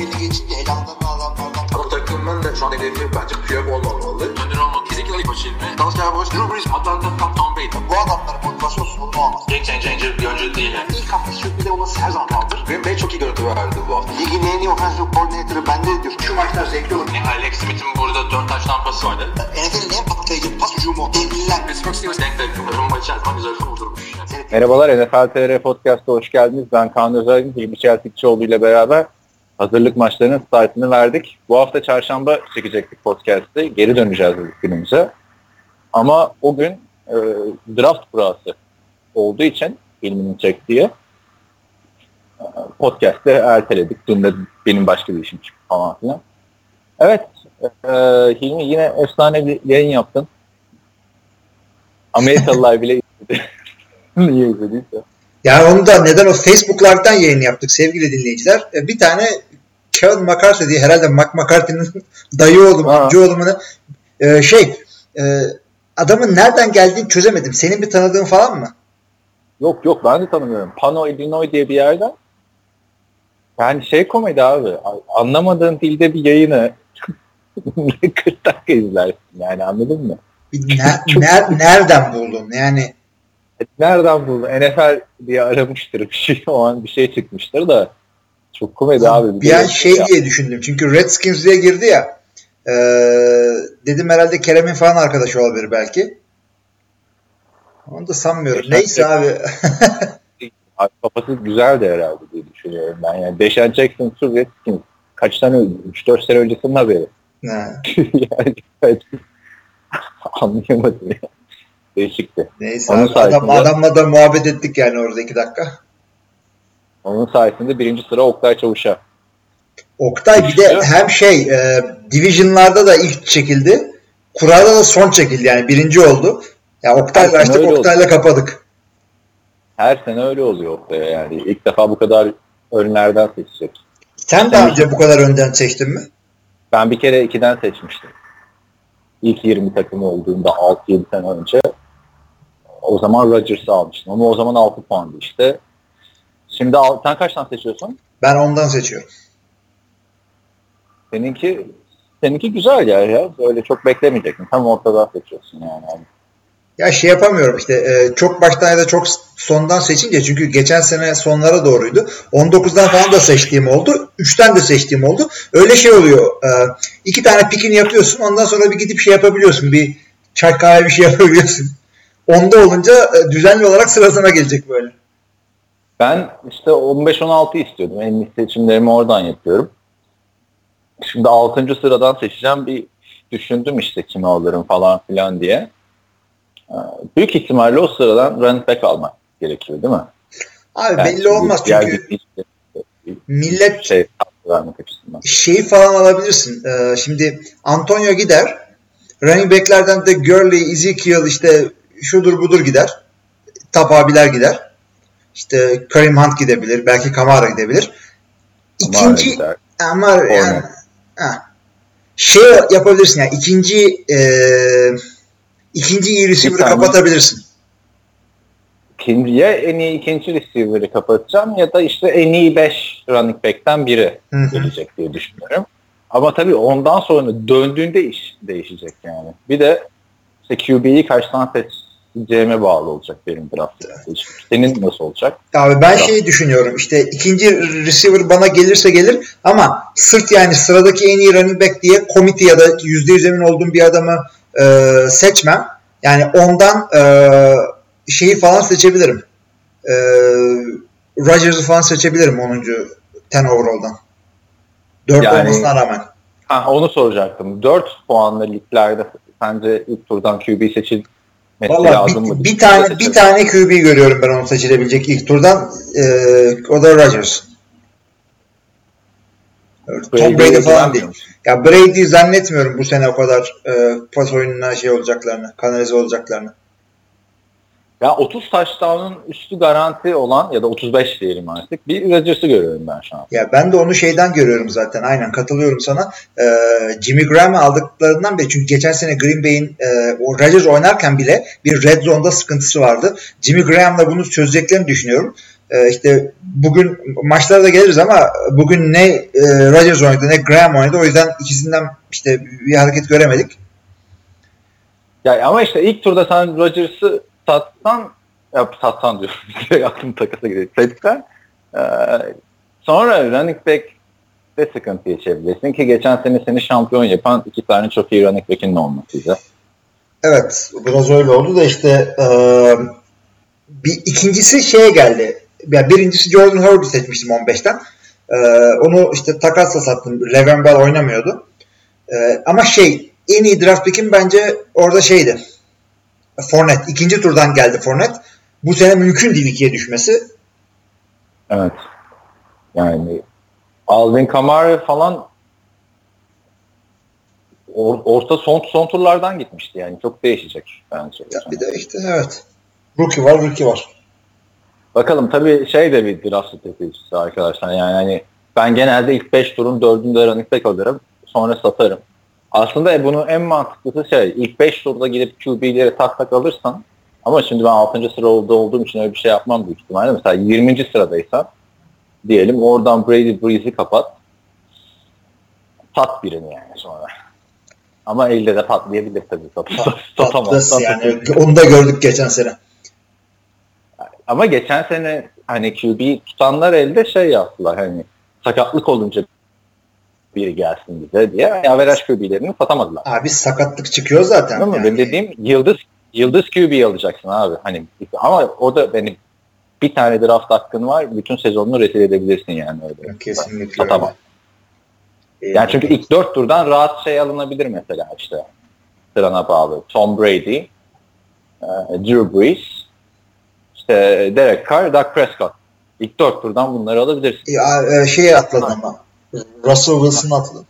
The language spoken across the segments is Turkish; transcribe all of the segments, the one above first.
belli geçince elanlarını alanlardan. Ama takımın da şu an hedefi bence Piyok olmamalı. Önder olmalı. Kesinlikle ilk başı ilmi. Dalsya Boş, Drew Brees, Atlanta, Tom Brady. Bu adamların motivasyon sorunu olmaz. Game changer bir oyuncu değil yani. İlk hafta sürpriz olması her zaman kaldır. Green Bay çok iyi görüntü verdi bu hafta. Ligin en iyi offensive coordinator'ı bende diyor. Şu maçlar zevkli olur. Alex Smith'in burada 4 taş tampası vardı. NFL'in en patlayıcı pas hücumu. Devliler. Pittsburgh Steelers denk denk. Rumba içerisinde güzel vurdurmuş. Merhabalar, NFL TR Podcast'a hoş geldiniz. Ben Kaan Özaydın, Hilmi Çeltikçioğlu ile beraber hazırlık maçlarının startını verdik. Bu hafta çarşamba çekecektik podcast'ı. Geri döneceğiz günümüze. Ama o gün draft burası olduğu için Hilmi'nin çektiği podcast'ı erteledik. Dün de benim başka bir işim çıktı falan filan. Evet, Hilmi yine efsane bir yayın yaptın. Amerikalılar bile izledi. Niye izlediyse. Yani onu da neden o Facebook Live'dan yayın yaptık sevgili dinleyiciler. Bir tane Kevin McCarthy diye herhalde McCarthy'nin dayı oğlu, amca oğlu mu adamın nereden geldiğini çözemedim. Senin bir tanıdığın falan mı? Yok ben de tanımıyorum. Pano, Illinois diye bir yerden. Yani komedi abi. Anlamadığın dilde bir yayını 40 dakika izlersin yani, anladın mı? Nereden buldun? Yani nereden buldun? NFL diye aramıştır bir şey. O an bir şey çıkmıştır da. Çok komedi abi. Bir an diye düşündüm. Çünkü Redskins diye girdi ya. Dedim herhalde Kerem'in falan arkadaşı olabilir belki. Onu da sanmıyorum. Neyse abi. Kafası güzeldi herhalde diye düşünüyorum ben. Yani Deshaun Jackson, Redskins kaç tane 3-4 sene öncesinin haberi. Yani anlayamadım ya. Değişikti. Neyse abi, adamla da muhabbet ettik yani orada 2 dakika. Onun sayesinde 1. sıra Oktay Çavuş'a. Oktay bir de hem Division'larda da ilk çekildi. Kurada da son çekildi yani 1. oldu. Ya Oktay'la açtık, Oktay'la kapadık. Her sene öyle oluyor Oktay'a yani. İlk defa bu kadar önlerden seçecek. Sen daha önce bu kadar önden seçtin mi? Ben bir kere 2'den seçmiştim. İlk 20 takımı olduğunda 6-7 sene önce. O zaman Rodgers'ı almıştım. Ama o zaman 6 puandı işte. Şimdi sen kaçtan seçiyorsun? Ben ondan seçiyorum. Seninki güzel ya. Öyle çok beklemeyecektin. Tam ortadan seçiyorsun yani. Ya yapamıyorum işte. Çok baştan ya da çok sondan seçince, çünkü geçen sene sonlara doğruydu. 19'dan falan da seçtiğim oldu. 3'ten de seçtiğim oldu. Öyle oluyor. 2 tane pikini yapıyorsun. Ondan sonra bir gidip yapabiliyorsun. Bir çay kahve bir şey yapabiliyorsun. Onda olunca düzenli olarak sırasına gelecek böyle. Ben işte 15-16 istiyordum. En iyi seçimlerimi oradan yapıyorum. Şimdi 6. sıradan seçeceğim. Bir düşündüm işte kimi alırım falan filan diye. Büyük ihtimalle o sıradan running back almak gerekiyor değil mi? Abi yani belli olmaz çünkü millet falan alabilirsin. Şimdi Antonio gider. Running back'lerden de Gurley, Ezekiel şudur budur gider. Top abiler gider. İşte Kareem Hunt gidebilir. Belki Kamara gidebilir. İkinci ama yani yapabilirsin yani ikinci iyi receiver'ı kapatabilirsin. Ya en iyi ikinci receiver'ı kapatacağım ya da en iyi 5 running back'ten biri gelecek diye düşünüyorum. Ama tabii ondan sonra döndüğünde iş değişecek yani. Bir de QB'yi kaçtan seçeceğime bağlı olacak benim draft'ta. Senin nasıl olacak? Abi ben düşünüyorum. İkinci receiver bana gelirse gelir ama sırf yani sıradaki en iyi running back diye committee ya da %100 emin olduğum bir adamı seçmem. Yani ondan falan seçebilirim. Rodgers'ı falan seçebilirim 10. 10 overall'dan. 4 olmasına rağmen. Onu soracaktım. 4 puanlı liglerde sence ilk turdan QB seçilmesi lazım mı? Bir tane QB görüyorum ben onu seçilebilecek ilk turdan. O da Rodgers. Tom Brady falan değil. Ya Brady zannetmiyorum bu sene o kadar pas oyununa olacaklarını, kanalize olacaklarını. Ya 30 touchdown'un üstü garanti olan ya da 35 diyelim artık bir Rodgers'ı görüyorum ben şu an. Ya ben de onu görüyorum zaten. Aynen katılıyorum sana. Jimmy Graham'ı aldıklarından beri, çünkü geçen sene Green Bay'in o Rodgers oynarken bile bir red zone'da sıkıntısı vardı. Jimmy Graham'la bunu çözeceklerini düşünüyorum. İşte bugün maçlara da geliriz ama bugün ne Rodgers oynadı ne Graham oynadı. O yüzden ikisinden işte bir hareket göremedik. Ya ama işte ilk turda sen Rodgers'ı satsan diyorum. Aklım takasa gidiyor. Satsan sonra running back de sıkıntı yaşayabilirsin ki geçen sene seni şampiyon yapan 2 tane çok iyi running back'in olmasıydı. Evet. Biraz öyle oldu da işte bir ikincisi şeye geldi. Yani birincisi Jordan Howard'ı seçmiştim 15'ten. Onu işte takasla sattım. Le'Veon Bell oynamıyordu. Ama en iyi draft pick'im bence orada şeydi. Fournette. İkinci turdan geldi Fournette. Bu sene mümkün değil 2'ye düşmesi. Evet. Yani Alvin Kamara falan orta son turlardan gitmişti yani. Çok değişecek bence. Bir de işte evet. Rookie var. Bakalım tabii de bir draft stratejisi arkadaşlar. Yani hani ben genelde ilk 5 turun 4'ünde running back alırım. Sonra satarım. Aslında bunun en mantıklısı ilk 5 turda gidip QB'leri tak alırsan ama şimdi ben 6. sırada olduğum için öyle bir şey yapmam büyük ihtimalle. Mesela 20. sıradaysa diyelim oradan Breeze'i kapat. Sat birini yani sonra. Ama elde de patlayabilir tabii. Satamaz. Yani onu da gördük geçen sene. Ama geçen sene hani QB tutanlar elde yaptılar hani sakatlık olunca biri gelsin bize diye average QB'lerini satamadılar. Abi sakatlık çıkıyor zaten. Ama yani. Benim dediğim yıldız QB alacaksın abi. Hani ama o da benim bir tane draft hakkın var. Bütün sezonunu rezil edebilirsin yani öyle. Kesinlikle. Satamam. Yani çünkü ilk 4 turdan rahat alınabilir mesela işte. Sırana bağlı. Tom Brady, Drew Brees, işte Derek Carr, Dak Prescott. İlk 4 turdan bunları alabilirsin. Ya atladın ama. Russell Wilson'ı atladın.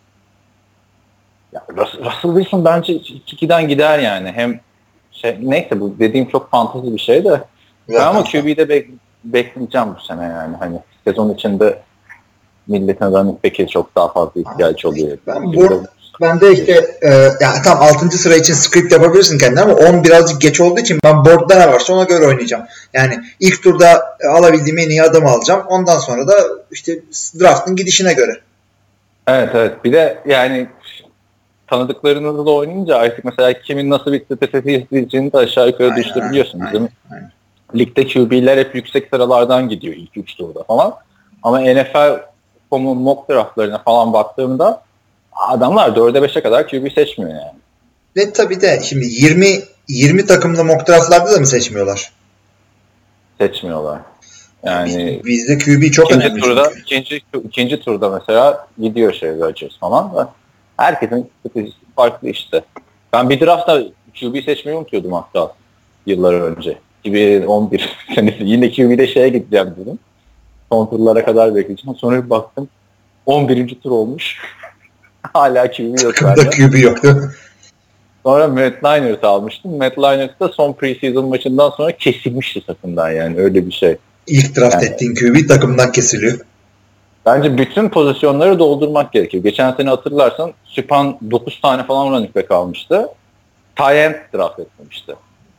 Ya Russell Wilson bence 2'den gider yani. Hem neyse bu dediğim çok fantezi bir şey de. Ben ama QB'de bekleyeceğim bu sene yani. Hani sezon içinde milletin running back'e çok daha fazla ihtiyaç oluyor. Ben de işte tam 6. sıra için script yapabilirsin kendine ama 10 birazcık geç olduğu için ben board'da ne varsa ona göre oynayacağım. Yani ilk turda alabildiğim en iyi adamı alacağım. Ondan sonra da işte draft'ın gidişine göre. Evet. Bir de yani tanıdıklarınızla da oynayınca artık mesela kimin nasıl bir strateji izleyeceğini de aşağı yukarı düşürebiliyorsunuz. Aynen. Ligde QB'ler hep yüksek sıralardan gidiyor ilk 3 turda falan. Ama NFL.com'un mock draftlarına falan baktığımda adamlar 4'e 5'e kadar QB seçmiyor yani. Ve tabii de şimdi 20 takımlı mock draftlarda da mı seçmiyorlar? Seçmiyorlar. Yani bizde QB çok önemli. İkinci turda mesela gidiyor Rodgers falan da herkesin stratejisi farklı işte. Ben bir draftta QB seçmeyi unutuyordum hatta yıllar önce. 2011 senesi yine QB'de gideceğim dedim. Son turlara kadar bekleyeceğim. Sonra bir baktım 11. tur olmuş. Hala QB yok. Takımda QB yoktu. Sonra Matt Leinart'ı almıştım. Matt Leinart da son preseason maçından sonra kesilmişti takımdan yani öyle bir şey. İlk draft ettiğin QB takımdan kesiliyor. Bence bütün pozisyonları doldurmak gerekiyor. Geçen sene hatırlarsan Süpan 9 tane falan running back almıştı. Tight end draft etmemişti.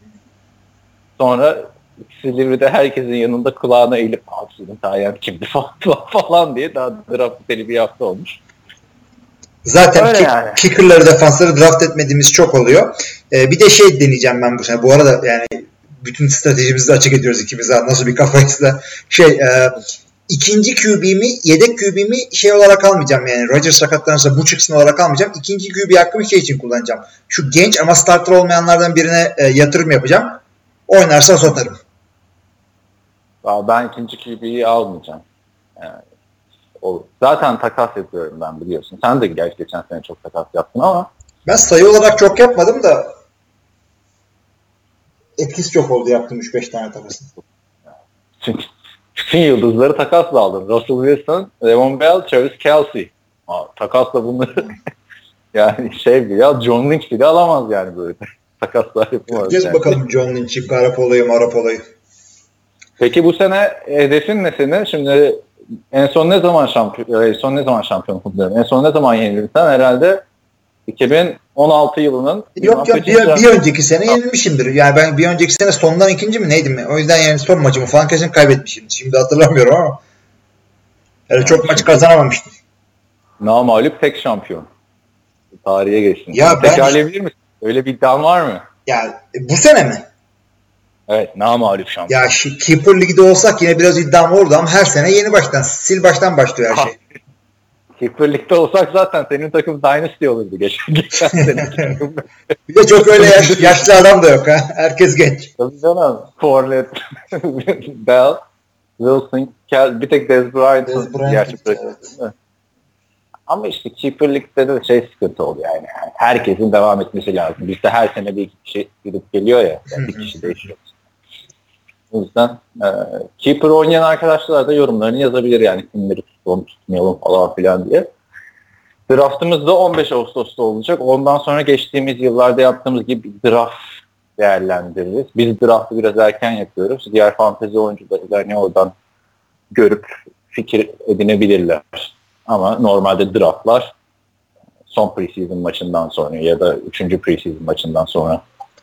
Sonra Silivri'de herkesin yanında kulağına eğilip sizin tight end kimdi falan diye daha draft bir hafta olmuş. Zaten kicker'ları, defansları draft etmediğimiz çok oluyor. Bir de deneyeceğim ben bu sene. Bu arada yani bütün stratejimizi de açık ediyoruz ikimiz. Nasıl bir kafaysa. İkinci QB'mi, yedek QB'mi olarak almayacağım. Yani Rodgers sakatlanırsa bu çıksın olarak almayacağım. İkinci QB hakkımı için kullanacağım. Şu genç ama starter olmayanlardan birine yatırım yapacağım. Oynarsa satarım. Ben ikinci QB'yi almayacağım. Yani zaten takas yapıyorum ben biliyorsun. Sen de gerçi geçen sene çok takas yaptın ama. Ben sayı olarak çok yapmadım da etkisi çok oldu yaptım 3-5 tane takasını. Çünkü bütün yıldızları takasla aldın. Russell Wilson, Le'Veon Bell, Travis Kelce. Takasla bunları yani ya John Lynch bile alamaz yani böyle. Takaslar yapamaz. Gez bakalım John Lynch'i, Garoppolo'yu. Peki bu sene hedefin ne senin? Şimdi en son ne zaman şampiyon kutluyorum? En son ne zaman yenilirsen herhalde 2016 yılının Yok bir önceki sene yenilmişimdir. Yani ben bir önceki sene sondan ikinci mi neydim mi? O yüzden yani son maçımı falan kesin kaybetmişim. Şimdi hatırlamıyorum ama. Yani çok maç kazanamamıştım. Namağlup tek şampiyon. Tarihe geçtin. Ya tekrarlayabilir misin? Öyle bir iddian var mı? Ya bu sene mi? Evet, namağlup şampiyon. Ya Keeper Lig'de olsak yine biraz iddiam olurdu ama her sene yeni baştan, sil baştan başlıyor her şey. Keeper Lig'de olsak zaten senin takım Dynasty olurdu geçen sene. Bir de çok öyle yaşlı adam da yok ha. Herkes genç. Tabii canım. Fournette, Bell, Wilson, bir tek Dez Bryant gerçi evet. Ama işte Keeper Lig'de de sıkıntı oluyor yani. Herkesin devam etmesi lazım. Bizde her sene bir iki kişi gidip geliyor ya. Yani bir kişi değişiyor. O yüzden Keeper oynayan arkadaşlar da yorumlarını yazabilir yani. Kimleri tutalım tutmayalım falan filan diye. Draftımız da 15 Ağustos'ta olacak. Ondan sonra geçtiğimiz yıllarda yaptığımız gibi draft değerlendiririz. Biz draftı biraz erken yapıyoruz. Diğer fantezi oyuncuları da hani oradan görüp fikir edinebilirler. Ama normalde draftlar son preseason maçından sonra ya da 3. preseason maçından sonra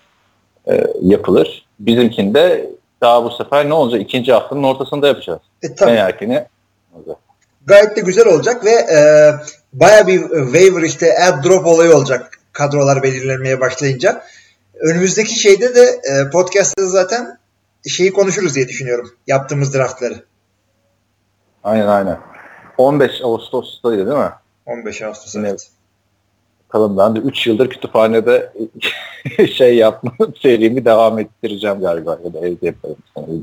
yapılır. Bizimkinde daha bu sefer ne olacak? 2. haftanın ortasında yapacağız. Tabii. En erkeni olacak. Gayet de güzel olacak ve baya bir waiver işte add drop olayı olacak kadrolar belirlenmeye başlayınca. Önümüzdeki şeyde de podcast'ta zaten şeyi konuşuruz diye düşünüyorum. Yaptığımız draftları. Aynen. 15 Ağustos'taydı değil mi? 15 Ağustos evet. Bakalım ben de 3 yıldır kütüphanede yapma serimi devam ettireceğim galiba ya da evde yaparım.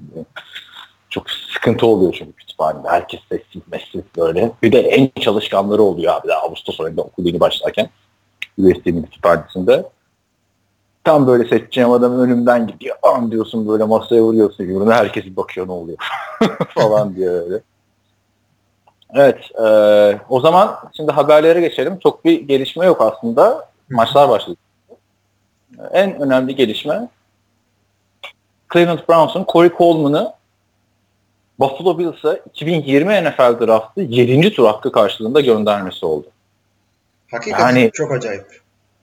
Çok sıkıntı oluyor çünkü kütüphanede. Herkes sessiz böyle. Bir de en çalışkanları oluyor abi. Ağustos ayında okul yeni başlarken USD'nin kütüphanesinde. Tam böyle seçeceğim adamın önümden gidiyor. Am diyorsun böyle masaya vuruyorsun. Yürüne herkes bakıyor ne oluyor falan diye öyle. Evet. O zaman şimdi haberlere geçelim. Çok bir gelişme yok aslında. Maçlar başladı. En önemli gelişme Cleveland Browns'un Corey Coleman'ı Buffalo Bills'a 2020 NFL draftı 7. tur hakkı karşılığında göndermesi oldu. Hakikaten yani, çok acayip.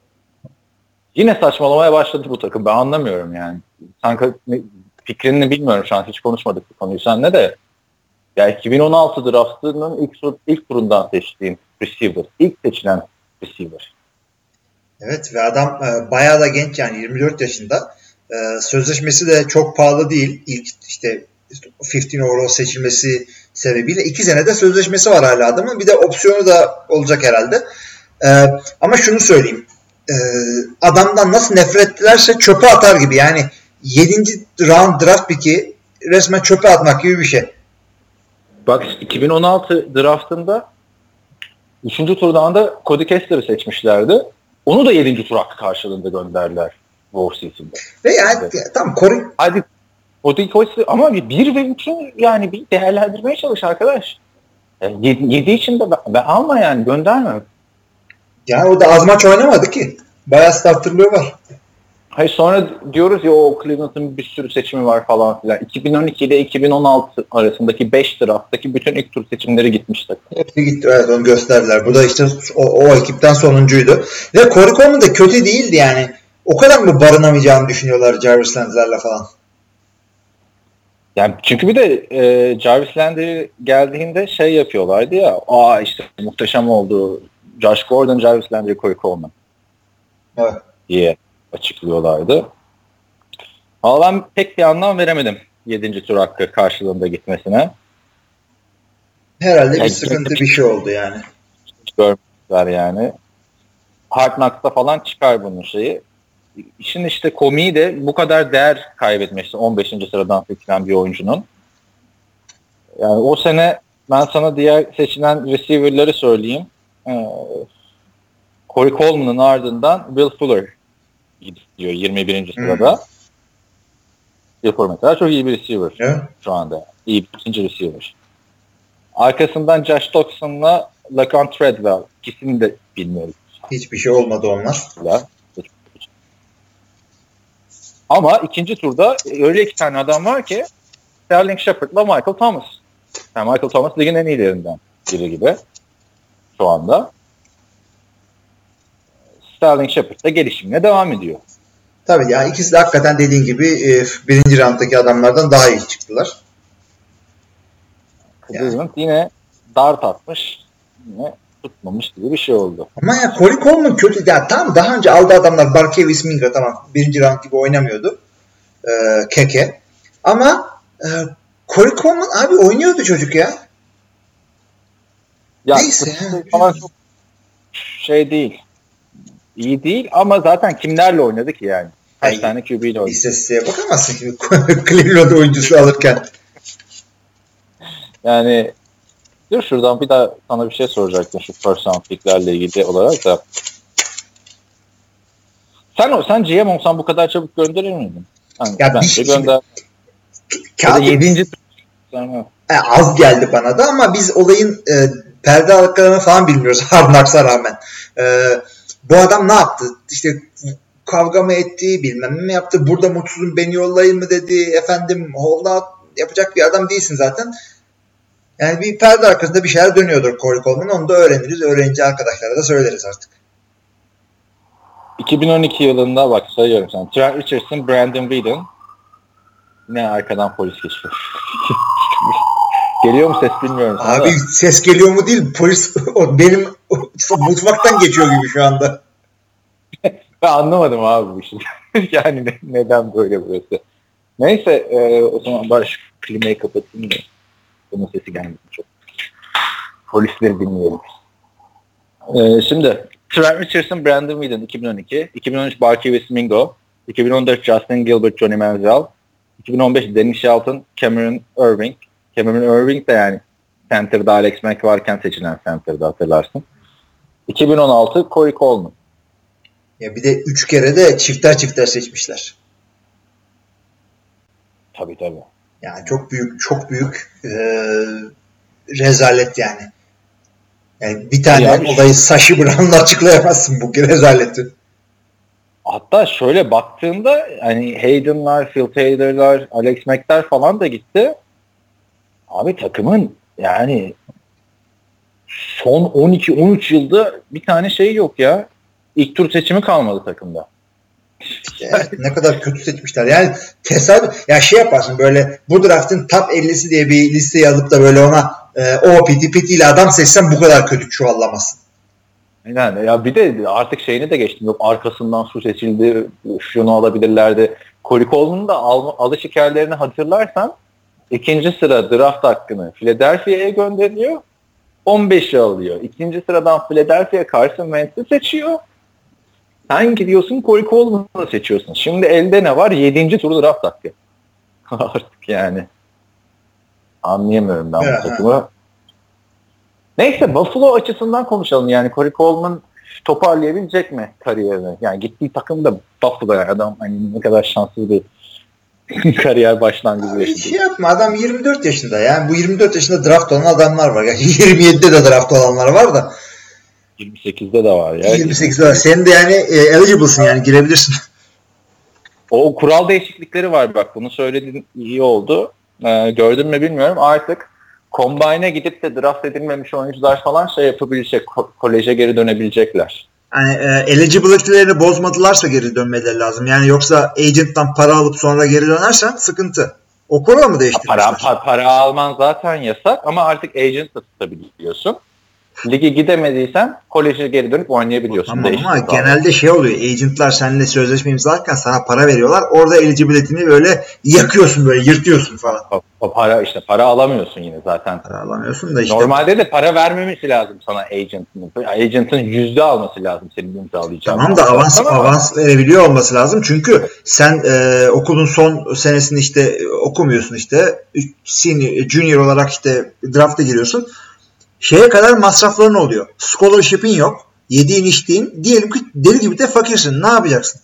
Yine saçmalamaya başladı bu takım. Ben anlamıyorum yani. Sanki fikrini bilmiyorum şu an. Hiç konuşmadık bu konuyu seninle de. Yani 2016 draftının ilk turundan seçtiğim receiver. İlk seçilen receiver. Evet ve adam bayağı da genç yani 24 yaşında. Sözleşmesi de çok pahalı değil. İlk işte 15 overall seçilmesi sebebiyle 2 senede sözleşmesi var hala adamın. Bir de opsiyonu da olacak herhalde. Ama şunu söyleyeyim. Adamdan nasıl nefret ettilerse çöpe atar gibi. Yani 7. round draft pick'i resmen çöpe atmak gibi bir şey. Bak 2016 draftında 3. turdan da Cody Kessler'ı seçmişlerdi. Onu da 7. tur hakkı karşılığında gönderdiler bu off-season'da. Ve yani tam Corey. Hadi Cody Kessler ama 1 ve 3'ün yani bir değerlendirmeye çalış arkadaş. 7 için de ben alma yani gönderme. Yani o da az maç oynamadı ki. Bayağı starterlığı var. Hayır sonra diyoruz ya o Cleveland'ın bir sürü seçimi var falan filan. 2012 ile 2016 arasındaki 5 drafttaki bütün ilk tur seçimleri gitmişti. Hepsi gitti evet onu gösterdiler. Bu da işte o ekipten sonuncuydu. Ve Corey Coleman da kötü değildi yani. O kadar mı barınamayacağını düşünüyorlar Jarvis Landry'lerle falan. Yani çünkü bir de Jarvis Landry geldiğinde yapıyorlardı ya. İşte muhteşem oldu. Josh Gordon, Jarvis Landry, Corey Coleman. Evet. diye açıklıyorlardı. Ama ben pek bir anlam veremedim 7. tur hakkı karşılığında gitmesine. Herhalde bir sıkıntı bir şey oldu yani. Görmüşler yani. Hard Knocks'ta falan çıkar bunun şeyi. İşin işte komiği de bu kadar değer kaybetmesi 15. sıradan seçilen bir oyuncunun. Yani o sene ben sana diğer seçilen receiver'ları söyleyeyim. Corey Coleman'ın ardından Will Fuller gidiyor 21. sırada. Will Fuller mesela çok iyi bir receiver şu anda. İyi bir ikinci receiver. Arkasından Josh Doxson'la Laquan Treadwell. İkisini de bilmiyoruz. Hiçbir şey olmadı onlar. Ama ikinci turda öyle iki tane adam var ki Sterling Shepard'la Michael Thomas. Yani Michael Thomas ligin en iyilerinden biri gibi şu anda. Sterling Shepard da gelişimine devam ediyor. Tabii ya ikisi de hakikaten dediğin gibi birinci rounddaki adamlardan daha iyi çıktılar. Cleveland yine dart atmış. Yine tutmamış gibi bir şey oldu. Ama ya Corey Coleman kötü. Ya tamam daha önce aldığı adamlar Barkevius Minga tamam birinci round gibi oynamıyordu. Keke. Ama Corey Coleman abi oynuyordu çocuk ya. Ya neyse. Falan çok şey değil. İyi değil ama zaten kimlerle oynadı ki yani? Kaç tane QB ile oynadı? İstatistiğe bakamazsın ki Cleveland oyuncusu alırken. Yani dur şuradan bir daha sana bir şey soracaktım şu first round picklerle ilgili olarak da. Sen GM olsan bu kadar çabuk gönderir miydin? Yani Ya bence gönder. Kağıt 7. az geldi bana da ama biz olayın perde arkalarını falan bilmiyoruz Hard Knocks'a rağmen. Bu adam ne yaptı? İşte kavga mı etti, bilmem mi yaptı, burada mutsuzum beni yollayın mı dedi, efendim hold out yapacak bir adam değilsin zaten. Yani bir perde arkasında bir şeyler dönüyordur Corey Coleman, onu da öğreniriz. Öğrenci arkadaşlara da söyleriz artık. 2012 yılında bak sayıyorum sana. Trent Richardson, Brandon Whedon. Yine arkadan polis geçiyor. Geliyor mu ses bilmiyorum. Abi da. Ses geliyor mu değil, polis benim mutfaktan geçiyor gibi şu anda. Ben anlamadım abi bu işi. Yani neden böyle burası. Neyse o zaman bari şu klimayı kapatayım da bunun sesi gelmiyor çok. Polisleri dinleyelim. Şimdi Trent Richardson, Brandon Whedon 2012, 2013 Barkevius Mingo, 2014 Justin Gilbert, Johnny Manziel, 2015 Dennis Shelton, Cameron Irving. Cameron Irving de yani center'da Alex Mack varken seçilen center'da hatırlarsın. 2016 Corey Coleman. Ya bir de 3 kere de çifter seçmişler. Tabii. Yani çok büyük rezalet yani. Yani bir tane yani, olayı Sashi Brown'la açıklayamazsın bu rezaleti. Hatta şöyle baktığında hani Hayden'lar, Phil Taylor'lar, Alex Mack'ler falan da gitti. Abi takımın yani son 12-13 yılda bir tane şey yok ya. İlk tur seçimi kalmadı takımda. Evet, ne kadar kötü seçmişler. Yani tesadüf. Ya şey yaparsın böyle bu draftın top 50'si diye bir listeyi alıp da böyle ona o piti ile adam seçsen bu kadar kötü çuvallamazsın. Yani ya bir de artık şeyini de geçtim. Yok arkasından su seçildi. Şunu alabilirlerdi. Corey Coleman'ın da alış hikayelerini hatırlarsan ikinci sıra draft hakkını Philadelphia'ya gönderiyor. 15'i alıyor. İkinci sıradan Philadelphia Carson Wentz'i seçiyor. Sen gidiyorsun Corey Coleman'ı seçiyorsun. Şimdi elde ne var? 7. tur draft hakkı. Artık yani. Anlayamıyorum ben bu takımı. Neyse Buffalo açısından konuşalım. Yani Corey Coleman toparlayabilecek mi kariyerini? Yani gittiği takım da Buffalo yani adam hani ne kadar şanslı bir kariyer başlangıcı yaşadı. Şey yapma adam 24 yaşında yani bu 24 yaşında draft olan adamlar var. Yani 27'de de draft olanlar var da. 28'de de var ya. 28'de var. Sen de yani eligible'sın yani girebilirsin. O kural değişiklikleri var bak bunu söylediğin iyi oldu. Gördün mü bilmiyorum artık Combine'e gidip de draft edilmemiş oyuncular falan şey yapabilecek, koleje geri dönebilecekler. Yani eligibility'lerini bozmadılarsa geri dönmeleri lazım. Yani yoksa agent'tan para alıp sonra geri dönersen sıkıntı. O kuralı mı değiştirmişler? Para alman zaten yasak ama artık agent da tutabiliyorsun. Ligi gidemediysen koleje geri dönüp oynayabiliyorsun. Ama genelde şey oluyor. Agentlar seninle sözleşme imzalarken sana para veriyorlar. Orada eligibility'ni böyle yakıyorsun böyle yırtıyorsun falan. Para alamıyorsun yine zaten. Para alamıyorsun da işte. Normalde de para vermemesi lazım sana agent'ın. Agent'ın %100 alması lazım senin imzalayacağın. Tamam da avans verebiliyor olması lazım. Çünkü sen okulun son senesini işte okumuyorsun işte. Junior olarak işte draft'a giriyorsun. Şeye kadar masrafların oluyor. Scholarship'in yok. Yediğin içtiğin. Diyelim ki deli gibi de fakirsin. Ne yapacaksın?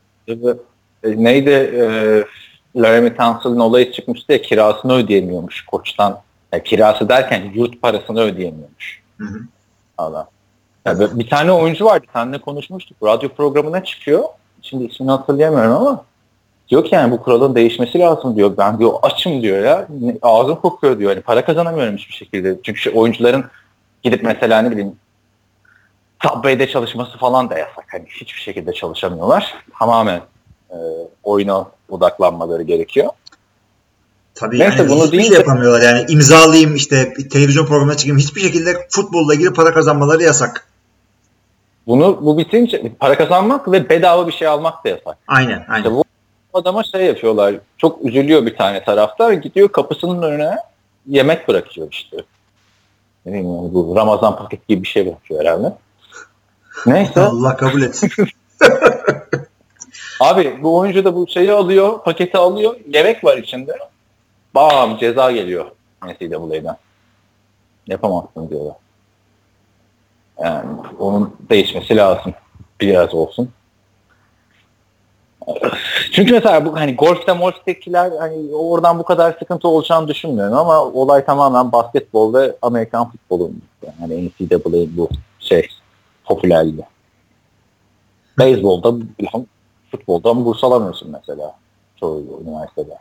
Neydi? Laramie Tunsil'in olayı çıkmıştı ya kirasını ödeyemiyormuş koçtan. Yani kirası derken yurt parasını ödeyemiyormuş. Allah. Yani bir tane oyuncu vardı. Seninle konuşmuştuk. Radyo programına çıkıyor. Şimdi ismini hatırlayamıyorum ama diyor ki yani bu kuralın değişmesi lazım diyor. Ben diyor açım diyor ya. Ağzım kokuyor diyor. Yani para kazanamıyorum hiçbir şekilde. Çünkü oyuncuların gidip mesela ne bileyim Subway'de çalışması falan da yasak. Hani hiçbir şekilde çalışamıyorlar. Tamamen oyuna odaklanmaları gerekiyor. Tabii neyse, yani hiçbir şey yapamıyorlar. Yani imzalayayım, işte televizyon programına çıkayım. Hiçbir şekilde futbolla ilgili para kazanmaları yasak. Bu bitince para kazanmak ve bedava bir şey almak da yasak. Aynen. İşte bu adama şey yapıyorlar. Çok üzülüyor bir tane taraftar. Gidiyor kapısının önüne yemek bırakıyor işte. Ne bileyim, bu Ramazan paketi gibi bir şey bırakıyor herhalde. Neyse. Allah kabul etsin. Abi bu oyuncu da bu şeyi alıyor, paketi alıyor. Yemek var içinde. Bam, ceza geliyor NCAA'den. Yapamazsın diyorlar. Yani onun değişmesi lazım. Biraz olsun. Çünkü mesela bu hani golftekiler hani oradan bu kadar sıkıntı olacağını düşünmüyorum ama olay tamamen basketbol ve Amerikan futbolu. Yani NCAA'nin bu popülerliği. Beyzbolda, futboldan burs alamıyorsun mesela çoğu üniversitede.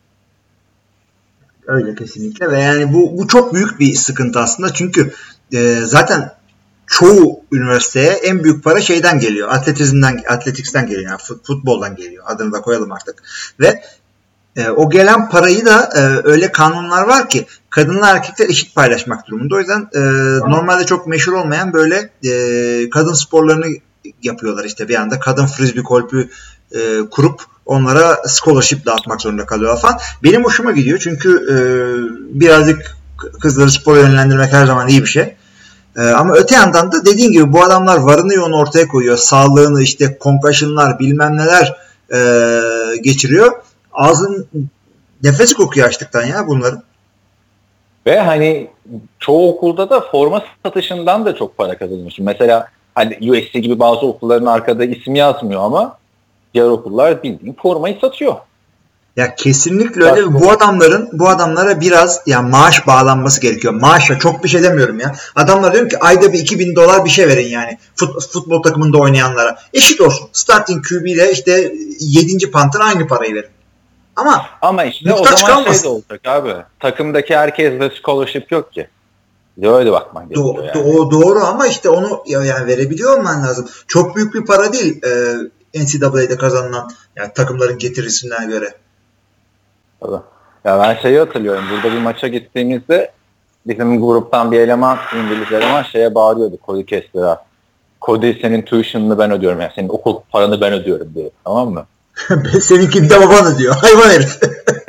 Öyle kesinlikle ve yani bu çok büyük bir sıkıntı aslında çünkü zaten çoğu üniversiteye en büyük para şeyden geliyor. Atletiksten geliyor. Yani futboldan geliyor. Adını da koyalım artık. Ve o gelen parayı da öyle kanunlar var ki kadınlar erkekler eşit paylaşmak durumunda. O yüzden normalde çok meşhur olmayan böyle kadın sporlarını yapıyorlar. İşte bir anda kadın frisbee golfü kurup onlara scholarship dağıtmak zorunda kalıyorlar falan. Benim hoşuma gidiyor çünkü birazcık kızları spora yönlendirmek her zaman iyi bir şey. Ama öte yandan da dediğin gibi bu adamlar varını yoğunu ortaya koyuyor. Sağlığını işte concussion'lar bilmem neler geçiriyor. Ağzın nefesi kokuyor açlıktan ya bunların. Ve hani çoğu okulda da forma satışından da çok para kazanıyorsun. Mesela hani USC gibi bazı okulların arkada isim yazmıyor ama diğer okullar bildiğin formayı satıyor. Ya kesinlikle öyle. Bu adamlara biraz yani maaş bağlanması gerekiyor. Maaşla çok bir şey demiyorum ya. Adamlar diyorum ki ayda bir $2,000 bir şey verin yani. Futbol takımında oynayanlara. Eşit olsun. Starting QB ile işte 7. pantın aynı parayı verin. Ama işte o zaman kalmasın. Şey de olacak abi. Takımdaki herkeste scholarship yok ki. Öyle bakmak gerekiyor yani. Doğru ama işte onu yani verebiliyor olman lazım. Çok büyük bir para değil NCAA'de kazanılan yani takımların getirisinden göre. Tabii. Ya ben şeyi hatırlıyorum. Burada bir maça gittiğimizde bizim gruptan bir eleman, İngiliz eleman şeye bağırıyordu. Cody Kessler'a. Cody senin tuition'ını ben ödüyorum. Yani senin okul paranı ben ödüyorum diye. Tamam mı? Seninkini de baban ödüyor. Hayvan herif.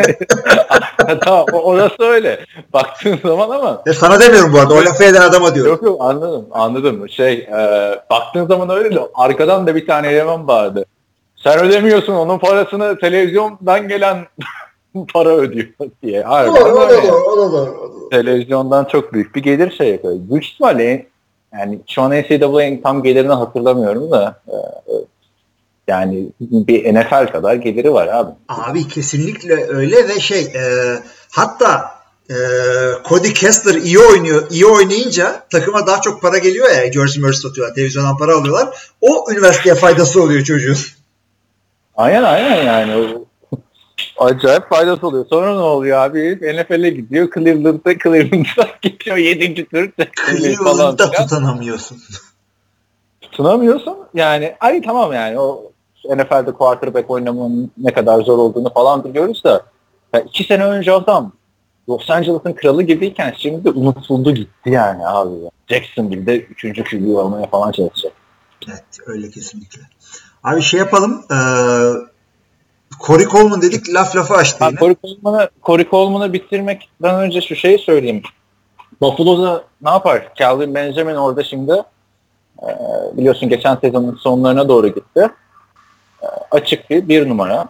Tamam, orası öyle. Baktığın zaman ama. Sana demiyorum bu arada. O lafı eden adama diyorum. Yok anladım. Baktığın zaman öyle de arkadan da bir tane eleman vardı. Sen ödemiyorsun, onun parasını televizyondan gelen para ödüyor diye. Doğru. Televizyondan çok büyük bir gelir yapıyor. Büyük ihtimalle yani şu an NCAA'nin tam gelirini hatırlamıyorum da yani bir NFL kadar geliri var abi. Abi kesinlikle öyle ve hatta Cody Kessler iyi oynayınca takıma daha çok para geliyor ya. Jersey Mercy satıyorlar. Televizyondan para alıyorlar. O üniversiteye faydası oluyor çocuğun. Aynen yani. Acayip faydası oluyor. Sonra ne oluyor abi? NFL'e gidiyor. Cleveland'a gidiyor. 7. tur. Cleveland'da tutunamıyorsun. Yani tamam yani o NFL'de quarterback oynamanın ne kadar zor olduğunu falan biliyoruz da 2 sene önce adam Los Angeles'ın kralı gibiyken şimdi de unutuldu gitti yani abi. Jacksonville'de 3. QB olmaya falan çalışacak. Evet öyle kesinlikle. Abi yapalım. Corey Coleman dedik lafı açtı yine. Corey Coleman'ı bitirmekten önce şu şeyi söyleyeyim. Buffalo'da ne yapar? Calvin Benjamin orada şimdi biliyorsun geçen sezonun sonlarına doğru gitti. Açık bir numara.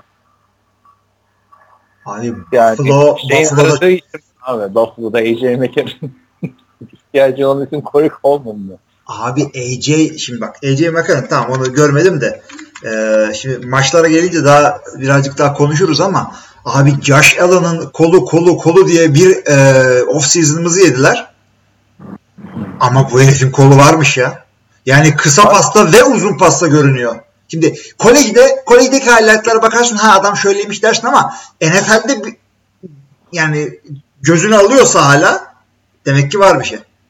Abi yani Buffalo'da AJ McCarron ihtiyacı olan için Corey Coleman mı? Abi AJ şimdi bak AJ McCarron tamam onu görmedim de şimdi maçlara gelince birazcık daha konuşuruz ama abi Josh Allen'ın kolu diye bir off season'ımızı yediler. Ama bu herifin kolu varmış ya. Yani kısa pasta ve uzun pasta görünüyor. Şimdi kolejdeki highlight'lara bakarsın adam şöyleymiş dersin ama NFL'de yani gözünü alıyorsa hala demek ki var bir şey.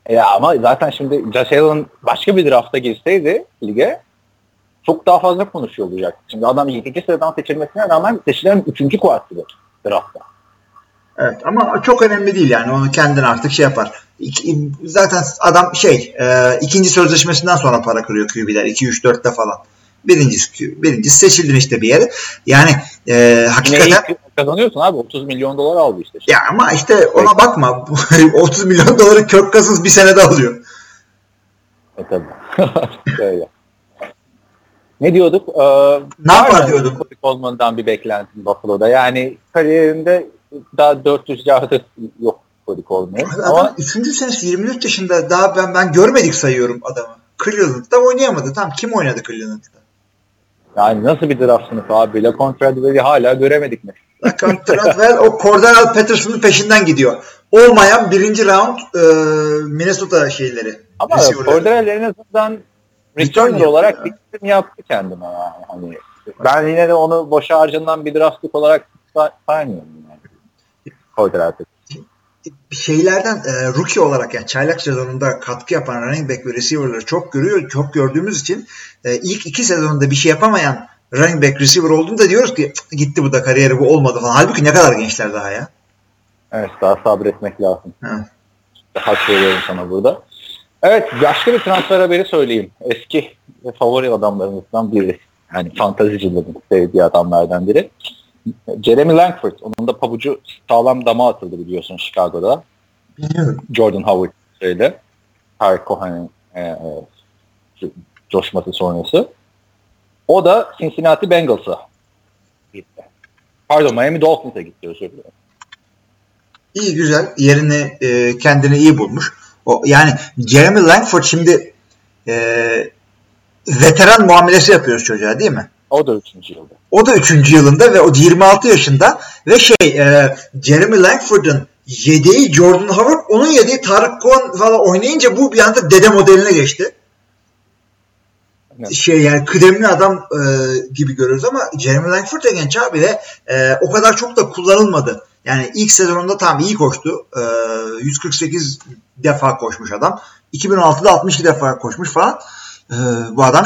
Ya ama zaten şimdi Josh Allen başka bir drafta girseydi lige çok daha fazla konuşuyor olacak. Şimdi adam 7. sıradan seçilmesine rağmen seçilen 3. quarterback draftta. Evet ama çok önemli değil yani onu kendin artık şey yapar. Zaten adam ikinci sözleşmesinden sonra para kırıyor QB'ler 2-3-4'te falan. Birincisi seçildin işte bir yere. Yani hakikaten kazanıyorsun abi. 30 milyon dolar aldı işte. Ya ama işte ona bakma. 30 milyon doları Kirk Cousins bir senede alıyor. Tabii. Öyle. Ne diyorduk? Ne yapar diyorduk? Covid olmadan bir beklentim Buffalo'da. Yani kariyerinde daha 400 yardı yok Covid olmuyor. Ama 3. senesi 23 yaşında daha ben görmedik sayıyorum adamı. Cleveland'da oynayamadı. Tam kim oynadı Cleveland'da? Yani nasıl bir draft sınıfı abi? LaQuint Treadwell'i hala göremedik mi? LaQuint Treadwell o Cordell Patterson'ın peşinden gidiyor. Olmayan 1. round Minnesota şeyleri. Ama Cordell en azından returner olarak bir isim yaptı kendine yani. Hani ben yine de onu boşa harcanan bir draftlık olarak saymıyorum yani. Cordell şeylerden rookie olarak yani çaylak sezonunda katkı yapan running back ve receiver'ları çok gördüğümüz için ilk 2 sezonunda bir şey yapamayan running back receiver olduğunda diyoruz ki gitti bu da kariyeri bu olmadı falan. Halbuki ne kadar gençler daha ya. Evet daha sabretmek lazım. Evet. Hak veriyorum sana burada. Evet başka bir transfer haberi söyleyeyim. Eski favori adamlarımızdan biri. Yani fantazicilerin sevdiği adamlardan biri. Jeremy Langford. Onun da pabucu sağlam dama atıldı biliyorsun Chicago'da. Biliyorum. Jordan Howard şeyle. Harry Cohen'in coşması sonrası. O da Cincinnati Bengals'a gitti. Pardon Miami Dolphins'a gitti özür dilerim. İyi güzel. Yerini kendini iyi bulmuş. Yani Jeremy Langford şimdi veteran muamelesi yapıyoruz çocuğa değil mi? O da 3. yılda. O da 3. yılında ve o 26 yaşında ve Jeremy Langford'un yedeği Jordan Howard, onun yedeği Tarık Cohen falan oynayınca bu bir anda dede modeline geçti. Evet. Yani kıdemli adam gibi görüyoruz ama Jeremy Langford da genç abi ve o kadar çok da kullanılmadı. Yani ilk sezonunda tam iyi koştu. 148 defa koşmuş adam. 2016'da 62 defa koşmuş falan. Bu adam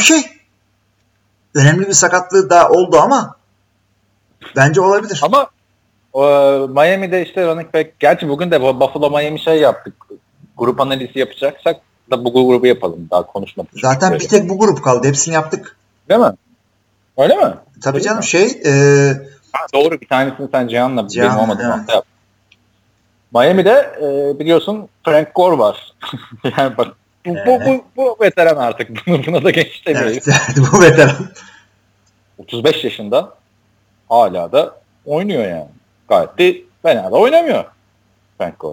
önemli bir sakatlığı da oldu ama bence olabilir. Ama Miami'de işte running back, gerçi bugün de Buffalo Miami yaptık. Grup analizi yapacaksak da bu grubu yapalım. Daha konuşmadık. Zaten bir tek bu grup kaldı. Hepsini yaptık. Değil mi? Öyle mi? Tabii Öyle canım mi? Doğru bir tanesini sen Cihan'la benim olmadığım hafta yaptın. Miami'de biliyorsun Frank Gore var. Yani bak bu veteran artık. Buna da genç demeyiz. Evet, bu veteran. 35 yaşında hala da oynuyor yani. Gayet de fena da oynamıyor Frank Gore.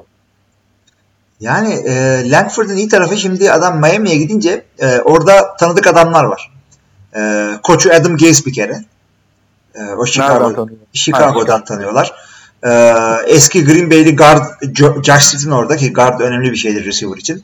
Yani Langford'un iyi tarafı şimdi adam Miami'ye gidince orada tanıdık adamlar var. Koçu Adam Gase bir kere. O Chicago'dan tanıyorlar. Eski Green Bay'li guard Josh Sitton orada ki guard önemli bir şeydir receiver için.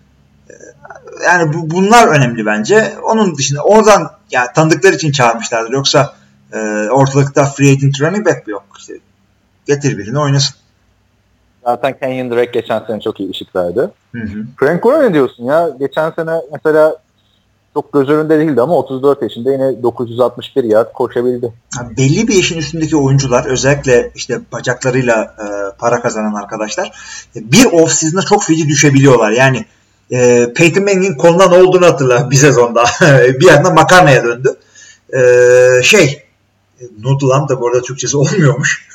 Yani bunlar önemli bence. Onun dışında oradan yani tanıdıkları için çağırmışlardır. Yoksa ortalıkta free agent running back yok. İşte, getir birini oynasın. Zaten Kenyon Drake geçen sene çok iyi ışık verdi. Frank Gore ne diyorsun ya? Geçen sene mesela çok göz önünde değildi ama 34 yaşında yine 961 yard koşabildi. Belli bir yaşın üstündeki oyuncular özellikle işte bacaklarıyla para kazanan arkadaşlar bir off-season'a çok feci düşebiliyorlar. Yani Peyton Manning'in koluna ne olduğunu hatırla bir sezonda. Bir anda makarnaya döndü. Noodle'am da bu arada Türkçesi olmuyormuş.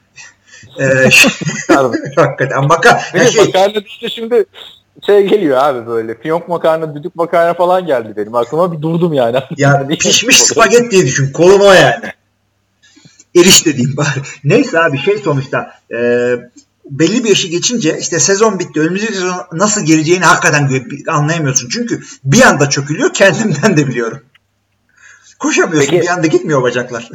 Hakikaten makarna. Makarna işte şimdi geliyor abi böyle. Fiyonk makarna, düdük makarna falan geldi benim. Aklıma bir durdum yani. Ya pişmiş spagetti diye düşün. Kolum o yani. Erişte diyeyim bari. Neyse abi sonuçta belli bir yaşı geçince işte sezon bitti. Önümüzdeki sezon nasıl geleceğini hakikaten anlayamıyorsun. Çünkü bir anda çökülüyor. Kendimden de biliyorum. Koşamıyorsun. Peki, bir anda gitmiyor bacaklar.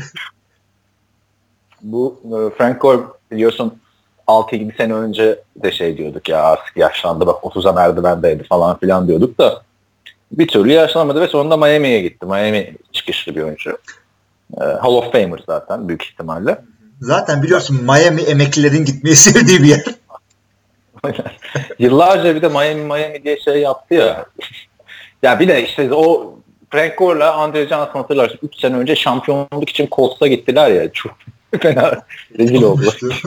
Bu Frank Gore biliyorsun 6-7 sene önce de diyorduk ya artık yaşlandı bak 30'a merdivendeydi falan filan diyorduk da bir türlü yaşlanmadı ve sonunda Miami'ye gitti. Miami çıkışlı bir oyuncu. Hall of Famer zaten büyük ihtimalle. Zaten biliyorsun Miami emeklilerin gitmeyi sevdiği bir yer. Yıllarca bir de Miami diye şey yaptı ya. Ya bir de işte o Frank Gore'la Andre Johnson hatırlarsın. 3 sene önce şampiyonluk için Colts'a gittiler ya. Çok fena rezil oldu.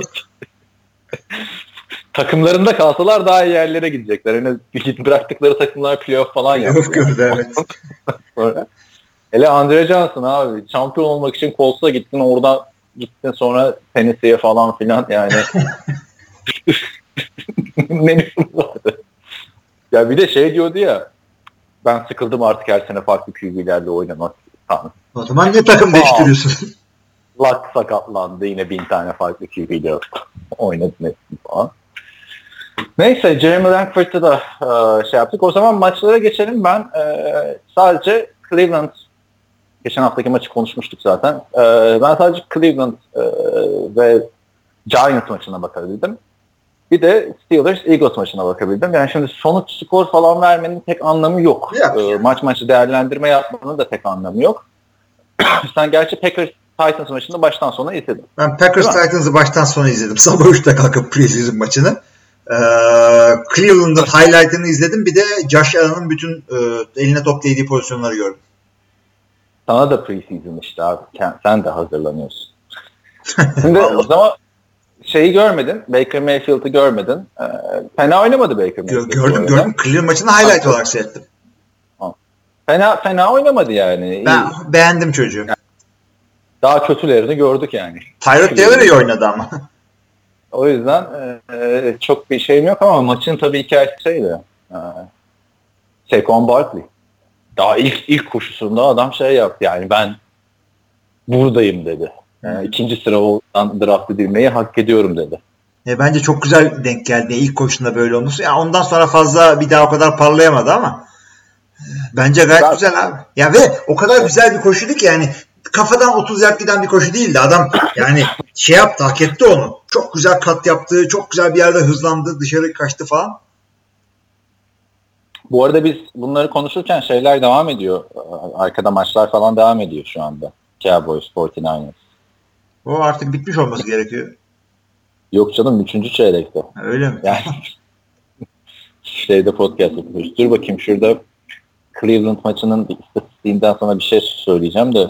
Takımlarında kalsalar daha iyi yerlere gidecekler. Yani bıraktıkları takımlar playoff falan yaptı. Gördü evet. Sonra, hele Andre Johnson abi şampiyon olmak için Colts'a gittin, oradan gittin sonra Tennessee'ye falan filan yani. Ne lüzum vardı. Ya bir de şey diyordu ya, ben sıkıldım artık her sene farklı QB'lerle oynamak. Tamam. O zaman niye takım değiştiriyorsun? Luck sakatlandı, yine 1000 tane farklı QB'yle oynadı falan. Neyse, Jeremy Langford'ı da şey yaptık. O zaman maçlara geçelim. Ben sadece Cleveland, geçen haftaki maçı konuşmuştuk zaten. Ben sadece Cleveland ve Giants maçına bakabildim. Bir de Steelers-Eagles maçına bakabildim. Yani şimdi sonuç, skor falan vermenin pek anlamı yok. Maçı değerlendirme yapmanın da pek anlamı yok. Sen gerçi Packers-Titans maçını baştan sona izledin. Ben Packers-Titans'ı baştan sona izledim. Sabah 3'te kalkıp preseason maçını. Cleveland'ın highlight'ını izledim. Bir de Josh Allen'ın bütün eline top değdiği pozisyonları gördüm. Sana da preseason işte abi. Sen de hazırlanıyorsun. Şimdi o zaman şeyi görmedin. Baker Mayfield'ı görmedin. Fena oynamadı Baker Mayfield. Gördüm. Cleveland maçını highlight olarak seyrettim. Fena oynamadı yani. Ben beğendim çocuğu. Daha kötülerini gördük yani. Tyrod Taylor iyi oynadı ama. O yüzden çok bir şeyim yok ama maçın tabii hikayesi şeydi. Saquon Barkley. Daha ilk koşusunda adam şey yaptı yani, ben buradayım dedi. İkinci sıradan draft edilmeyi hak ediyorum dedi. Bence çok güzel denk geldi ilk koşusunda böyle olması. Yani ondan sonra fazla bir daha o kadar parlayamadı ama bence gayet güzel abi. Ya ve o kadar güzel bir koşuydu ki yani kafadan 30 yard giden bir koşu değildi. Adam yani şey yaptı, hak etti onu. Çok güzel kat yaptı, çok güzel bir yerde hızlandı, dışarı kaçtı falan. Bu arada biz bunları konuşurken şeyler devam ediyor. Arkada maçlar falan devam ediyor şu anda. Cowboys, 49ers. O artık bitmiş olması gerekiyor. Yok canım, 3. çeyrekte. Öyle mi? Yani şeyde podcast yapıyoruz. Dur bakayım, şurada Cleveland maçının istatistiğinden sonra bir şey söyleyeceğim de.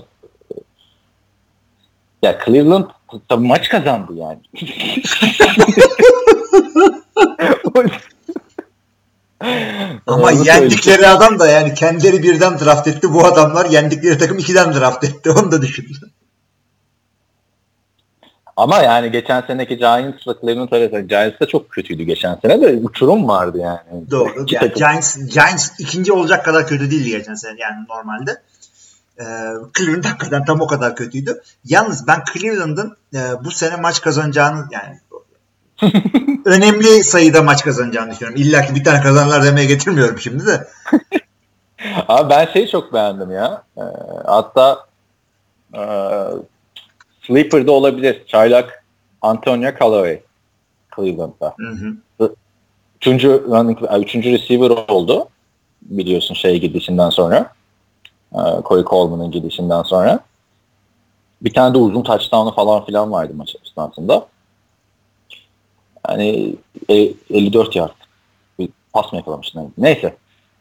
Ya Cleveland tabii maç kazandı yani. Ama yendikleri adam da yani kendileri birden draft etti. Bu adamlar yendikleri takım 2'den draft etti. Onu da düşün. Ama yani geçen seneki Giants'la Cleveland arasında, Giants da çok kötüydü geçen sene de, uçurum vardı yani. Doğru. Yani Giants ikinci olacak kadar kötü değildi geçen sene yani normalde. Cleveland hakikaten tam o kadar kötüydü. Yalnız ben Cleveland'ın bu sene maç kazanacağını yani önemli sayıda maç kazanacağını düşünüyorum. İlla ki bir tane kazanırlar demeye getirmiyorum şimdi de. Abi ben şeyi çok beğendim ya. Hatta Sleeper'da olabilir. Çaylak Antonio Callaway Cleveland'da. Üçüncü receiver oldu. Biliyorsun şey gidişinden sonra. Corey Coleman'ın gidişinden sonra. Bir tane de uzun touchdown'u falan filan vardı maç esnasında. Yani 54 yard. Bir pas mı yakalamıştı? Neyse.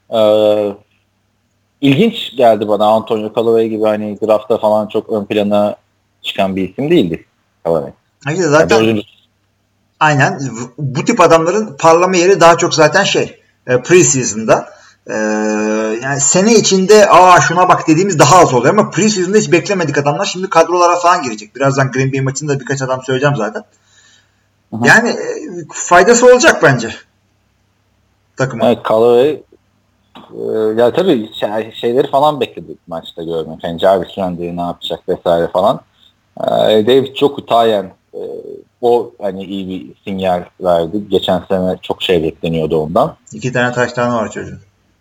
İlginç geldi bana. Antonio Callaway gibi hani draftta falan çok ön plana çıkan bir isim değildi Callaway. Hayır zaten yani aynen bu tip adamların parlama yeri daha çok zaten preseason'da. Yani sene içinde şuna bak dediğimiz daha az oluyor ama preseason'da hiç beklemedik adamlar şimdi kadrolara falan girecek. Birazdan Green Bay maçında birkaç adam söyleyeceğim zaten. Hı-hı. Yani faydası olacak bence takıma. Evet, Callaway ya tabii şeyleri falan bekledik maçta görmek. Yani Jarvis Landry ne yapacak vesaire falan. David Jokutayen o hani iyi bir sinyal verdi. Geçen sene çok şey bekleniyordu ondan. 2 tane touchdown'u var çocuğun.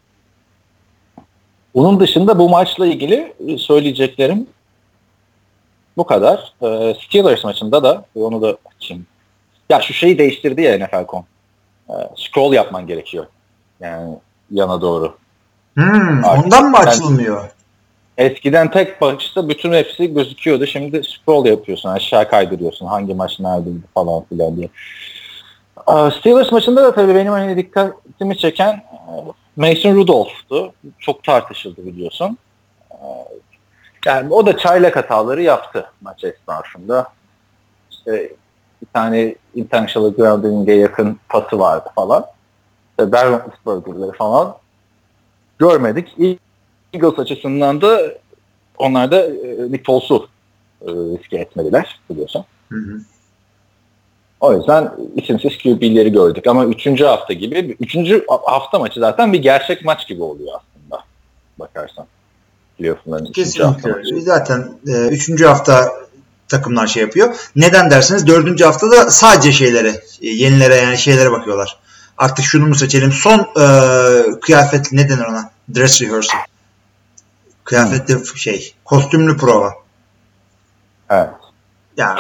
Onun dışında bu maçla ilgili söyleyeceklerim bu kadar. Steelers maçında da onu da açayım. Ya şu şeyi değiştirdi ya NFL.com. Scroll yapman gerekiyor. Yani yana doğru. Ondan mı açılmıyor? Eskiden tek bakışta bütün hepsi gözüküyordu. Şimdi scroll yapıyorsun. Aşağı kaydırıyorsun. Hangi maç neredeydi falan filan diye. Steelers maçında da tabii benim hani dikkatimi çeken Mason Rudolph'tu. Çok tartışıldı biliyorsun. Yani o da çaylak hataları yaptı maç esnasında. İşte bir tane intentional grounding'e yakın pası vardı falan. Ben Roethlisberger'ları falan görmedik. Eagles açısından da onlar da Nick Foles'u riske etmediler biliyorsun. Hı hı. O yüzden isimsiz QB'leri gördük. Ama 3. hafta gibi, 3. hafta maçı zaten bir gerçek maç gibi oluyor aslında. Bakarsan. Playoff'ların 3. hafta maçı. Zaten 3. hafta takımlar şey yapıyor. Neden derseniz 4. haftada sadece yenilere yani şeylere bakıyorlar. Artık şunu mu seçelim? Son kıyafet ne denir ona? Dress rehearsal. Kıyafetli kostümlü prova. Evet. Yani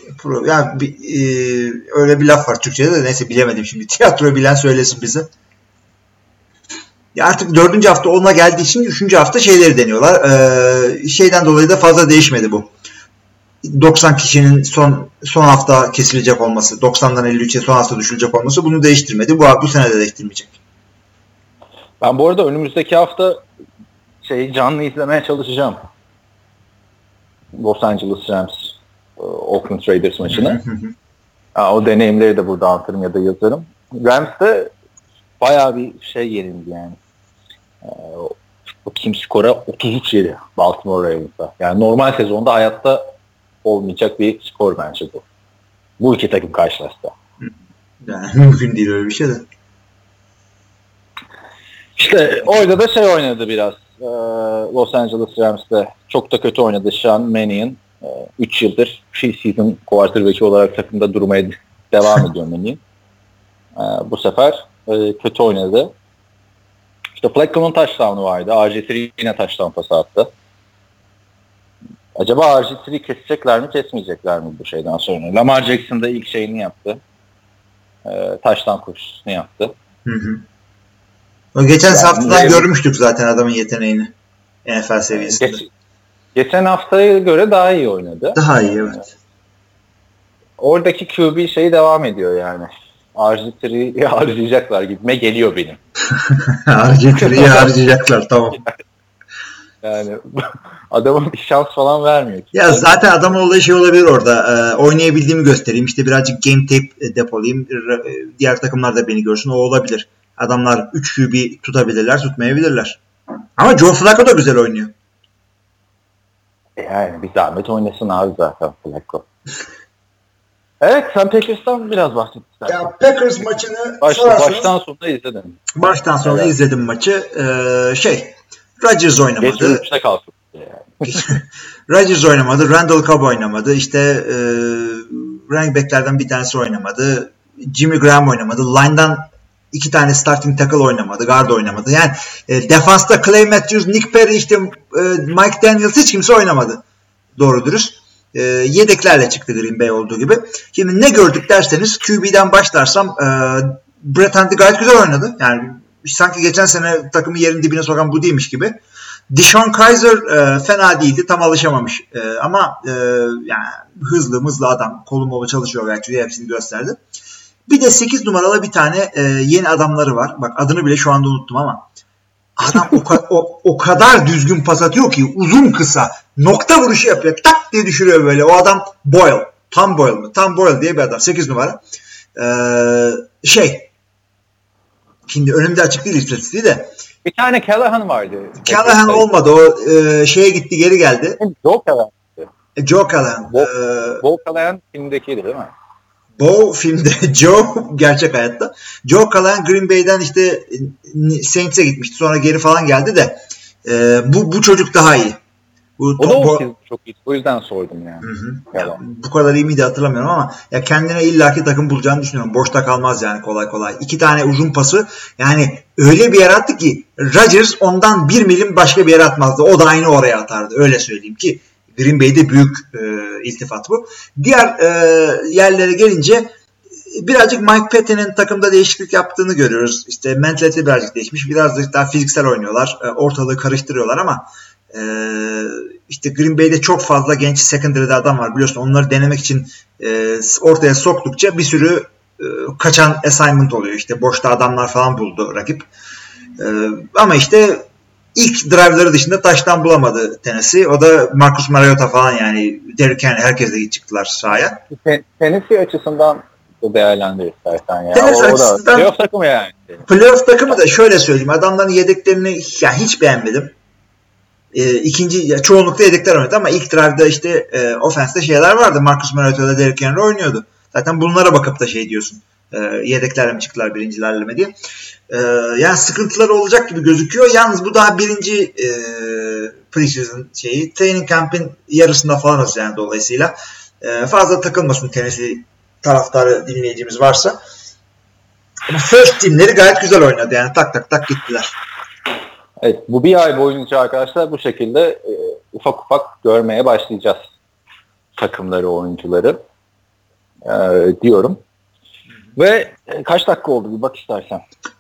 öyle bir laf var Türkçe'de de neyse bilemedim şimdi. Tiyatro bilen söylesin bize. Ya artık 4. hafta ona geldiği için 3. hafta şeyleri deniyorlar. Şeyden dolayı da fazla değişmedi bu. 90 kişinin son hafta kesilecek olması, 90'dan 53'e son hafta düşülecek olması bunu değiştirmedi. Bu sene de değiştirmeyecek. Ben bu arada önümüzdeki hafta canlı izlemeye çalışacağım. Los Angeles Rams Oakland Raiders maçını. O deneyimleri de burada anlatırım ya da yazarım. Rams'te bayağı bir yenildi yani. Bakayım skora 33-7 Baltimore Ravens'a. Yani normal sezonda hayatta olmayacak bir skor bence bu. Bu iki takım karşılaştı. Yani mümkün değil öyle bir şey de. İşte orada da oynadı biraz. Los Angeles Rams'te çok da kötü oynadı Sean Mannion. 3 yıldır preseason quarterback'i olarak takımda durmaya devam ediyor Mannion. Bu sefer kötü oynadı. İşte Flacco'nun touchdown'u vardı. RG3 yine touchdown pası attı. Acaba RG3'yi kesecekler mi kesmeyecekler mi bu şeyden sonra? Lamar Jackson da ilk şeyini yaptı. Touchdown koşusunu yaptı. O geçen haftadan görmüştük zaten adamın yeteneğini. NFL seviyesinde. Geçen haftaya göre daha iyi oynadı. Daha iyi evet. Oradaki QB devam ediyor yani. RG3'yi harcayacaklar gibime geliyor benim. RG3'yi harcayacaklar tamam. Yani adamın bir şans falan vermiyor. Ya zaten adamın olayı olabilir orada. Oynayabildiğimi göstereyim. İşte birazcık game tape depolayayım. Diğer takımlar da beni görsün. O olabilir. Adamlar 3 QB tutabilirler, tutmayabilirler. Ama Joe Flacco da güzel oynuyor. Yani bir zahmet oynasın abi zaten Flacco. Evet, sen Packers'tan biraz bahset istersen. Ya Packers maçını baştan sona izledim. Baştan sona izledim maçı. Rodgers oynamadı. Geçmişte kalsın. Yani. Rodgers oynamadı. Randall Cobb oynamadı. İşte running back'lerden bir tanesi oynamadı. Jimmy Graham oynamadı. Line'dan 2 tane starting tackle oynamadı. Guard oynamadı. Yani defansta Clay Matthews, Nick Perry, Mike Daniels hiç kimse oynamadı. Doğru dürüst. Yedeklerle çıktı Green Bay olduğu gibi. Şimdi ne gördük derseniz QB'den başlarsam Brett Hundley gayet güzel oynadı. Yani sanki geçen sene takımı yerin dibine sokan bu değilmiş gibi. Deshaun Kaiser fena değildi. Tam alışamamış. Ama yani hızlı adam. Kolu mola çalışıyor gayet. Hepsini gösterdi. Bir de 8 numaralı bir tane yeni adamları var. Bak adını bile şu anda unuttum ama adam o kadar düzgün pas atıyor ki uzun kısa nokta vuruşu yapıyor. Tak diye düşürüyor böyle. O adam Boyle. Tom Boyle mı? Tom Boyle diye bir adam. 8 numara. Şimdi önümde açık değil istatistiği de. Bir tane Callahan vardı. Callahan olmadı. O gitti geri geldi. Joe Callahan. Joe Callahan. Bo Callahan filmdekiydi değil mi? Bo filmde Joe gerçek hayatta. Joe Callahan Green Bay'den Saints'e gitmişti. Sonra geri falan geldi de bu çocuk daha iyi. O da çok iyi. O yüzden sordum yani. Ya, bu kadar iyi miydi hatırlamıyorum ama ya kendine illaki takım bulacağını düşünüyorum. Boşta kalmaz yani kolay. 2 tane uzun pası yani öyle bir yere attı ki Rodgers ondan 1 milim başka bir yere atmazdı. O da aynı oraya atardı. Öyle söyleyeyim ki Green Bay'de büyük iltifat bu. Diğer yerlere gelince birazcık Mike Pettine'in takımda değişiklik yaptığını görüyoruz. İşte mentalite birazcık değişmiş. Birazcık daha fiziksel oynuyorlar. Ortalığı karıştırıyorlar ama işte Green Bay'de çok fazla genç secondary'de adam var. Biliyorsun onları denemek için ortaya soktukça bir sürü kaçan assignment oluyor. İşte boşta adamlar falan buldu rakip. Ama işte ilk drive'ları dışında taştan bulamadı Tennessee. O da Marcus Mariota falan yani Derrick Henry herkesle çıktılar sahaya. Tennessee açısından da değerlendir istersen ya. Tennessee o açısından da playoff takımı yani. Playoff takımı da şöyle söyleyeyim. Adamların yedeklerini yani hiç beğenmedim. Çoğunlukla yedekler oynadı ama ilk drive'da işte offense'de şeyler vardı. Marcus Mariota ile Derrick Henry oynuyordu. Zaten bunlara bakıp da şey diyorsun. Yedeklerle mi çıktılar, birincilerle mi diye. Yani sıkıntıları olacak gibi gözüküyor. Yalnız bu daha birinci preseason şeyi. Training camp'in yarısında falanız yani dolayısıyla. Fazla takılmasın Tennessee taraftarı dinleyicimiz varsa. Ama first team'leri gayet güzel oynadı. Yani tak tak tak gittiler. Evet, bu bir ay boyunca arkadaşlar bu şekilde ufak ufak görmeye başlayacağız takımları, oyuncuları diyorum. Ve kaç dakika oldu bir bak istersen.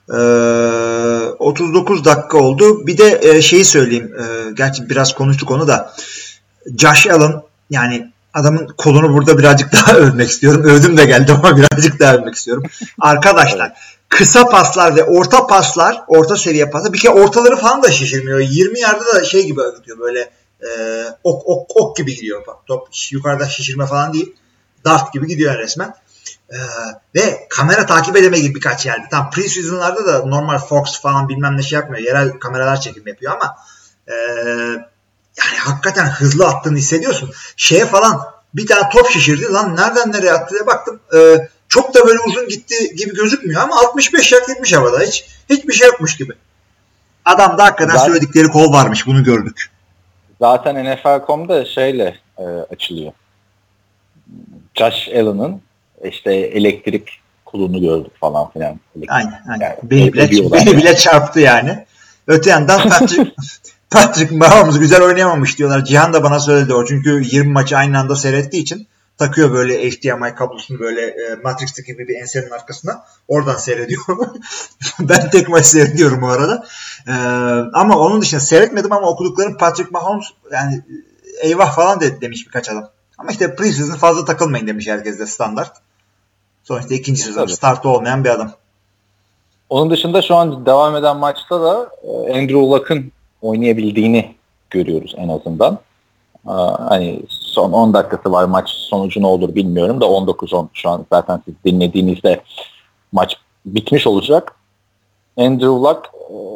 39 dakika oldu. Bir de şeyi söyleyeyim. Gerçi biraz konuştuk onu da. Josh Allen yani adamın kolunu burada birazcık daha övmek istiyorum. Övdüm de geldi ama birazcık daha övmek istiyorum. Arkadaşlar kısa paslar ve orta paslar, orta seviye paslar. Bir kere ortaları falan da şişirmiyor. 20 yardta da şey gibi gidiyor böyle ok gibi gidiyor. Top yukarıda şişirme falan değil. Dart gibi gidiyor resmen. Ve kamera takip edeme gibi birkaç yerde. Tam pre-season'larda da normal Fox falan bilmem ne şey yapmıyor. Yerel kameralar çekim yapıyor ama yani hakikaten hızlı attığını hissediyorsun. Şeye falan bir tane top şişirdi. Lan nereden nereye attı diye baktım. Çok da böyle uzun gitti gibi gözükmüyor ama 65 yard gitmiş havada. Hiçbir şey yokmuş gibi. Adamda hakikaten söyledikleri kol varmış. Bunu gördük. Zaten NFL.com'da şeyle açılıyor. Josh Allen'ın işte elektrik kulunu gördük falan filan. Aynen. Yani, beni bile çarptı yani. Öte yandan Patrick Mahomes güzel oynayamamış diyorlar. Cihan da bana söyledi o. Çünkü 20 maçı aynı anda seyrettiği için takıyor böyle HDMI kablosunu böyle Matrix'teki gibi bir ensenin arkasına. Oradan seyrediyor. Ben tek maç seyrediyorum bu arada. Ama onun dışında seyretmedim ama okuduklarım Patrick Mahomes yani eyvah falan demiş birkaç adam. Ama işte preseason fazla takılmayın demiş herkes de standart. Sonuçta ikinci sezon startı olmayan bir adam. Onun dışında şu an devam eden maçta da Andrew Luck'ın oynayabildiğini görüyoruz en azından. Hani son 10 dakikası var, maç sonucu ne olur bilmiyorum da 19-10 şu an zaten siz dinlediğinizde maç bitmiş olacak. Andrew Luck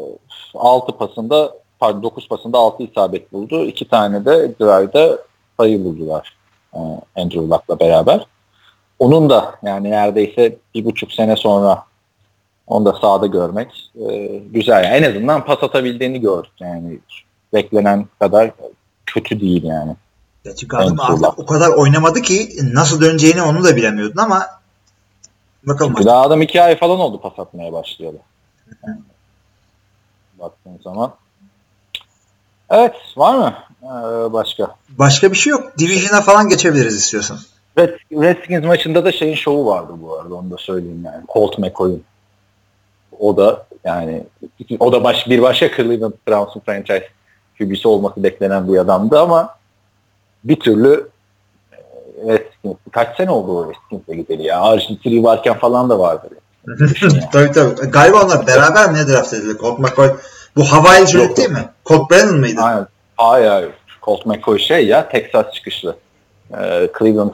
9 pasında 6 isabet buldu. 2 tane de drive'da sayı buldular Andrew Luck'la beraber. Onun da yani neredeyse 1,5 sene sonra onu da sahada görmek güzel. Yani en azından pas atabildiğini gördük. Yani beklenen kadar kötü değil yani. Çünkü adam artık o kadar oynamadı ki nasıl döneceğini onu da bilemiyordun ama bakalım. Çünkü daha adam 2 ay falan oldu pas atmaya başlayalı. Yani, baktığın zaman. Evet, var mı başka? Başka bir şey yok. Division'a falan geçebiliriz istiyorsan. Redskins maçında da şeyin şovu vardı bu arada, onu da söyleyeyim yani. Colt McCoy'un. O da yani bir başka Cleveland Browns'un franchise QB'si olması beklenen bir adamdı ama bir türlü Redskins kaç sene oldu o Redskins'e gideli ya. RG3 varken falan da vardı. Tabii. Galiba onlar beraber mi ne draft edildi? Colt McCoy. Bu Hawaii'li çocuk değil mi? Colt Brennan mıydı? Hayır. Colt McCoy Texas çıkışlı. Cleveland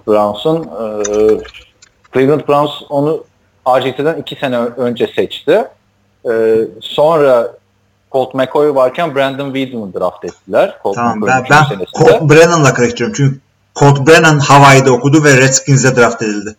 Browns onu RG3'den 2 sene önce seçti. Sonra Colt McCoy varken Brandon Weeden'ı draft ettiler. Tamam, ben Colt Brennan'la karıştırıyorum. Çünkü Colt Brennan Hawaii'de okudu ve Redskins'e draft edildi.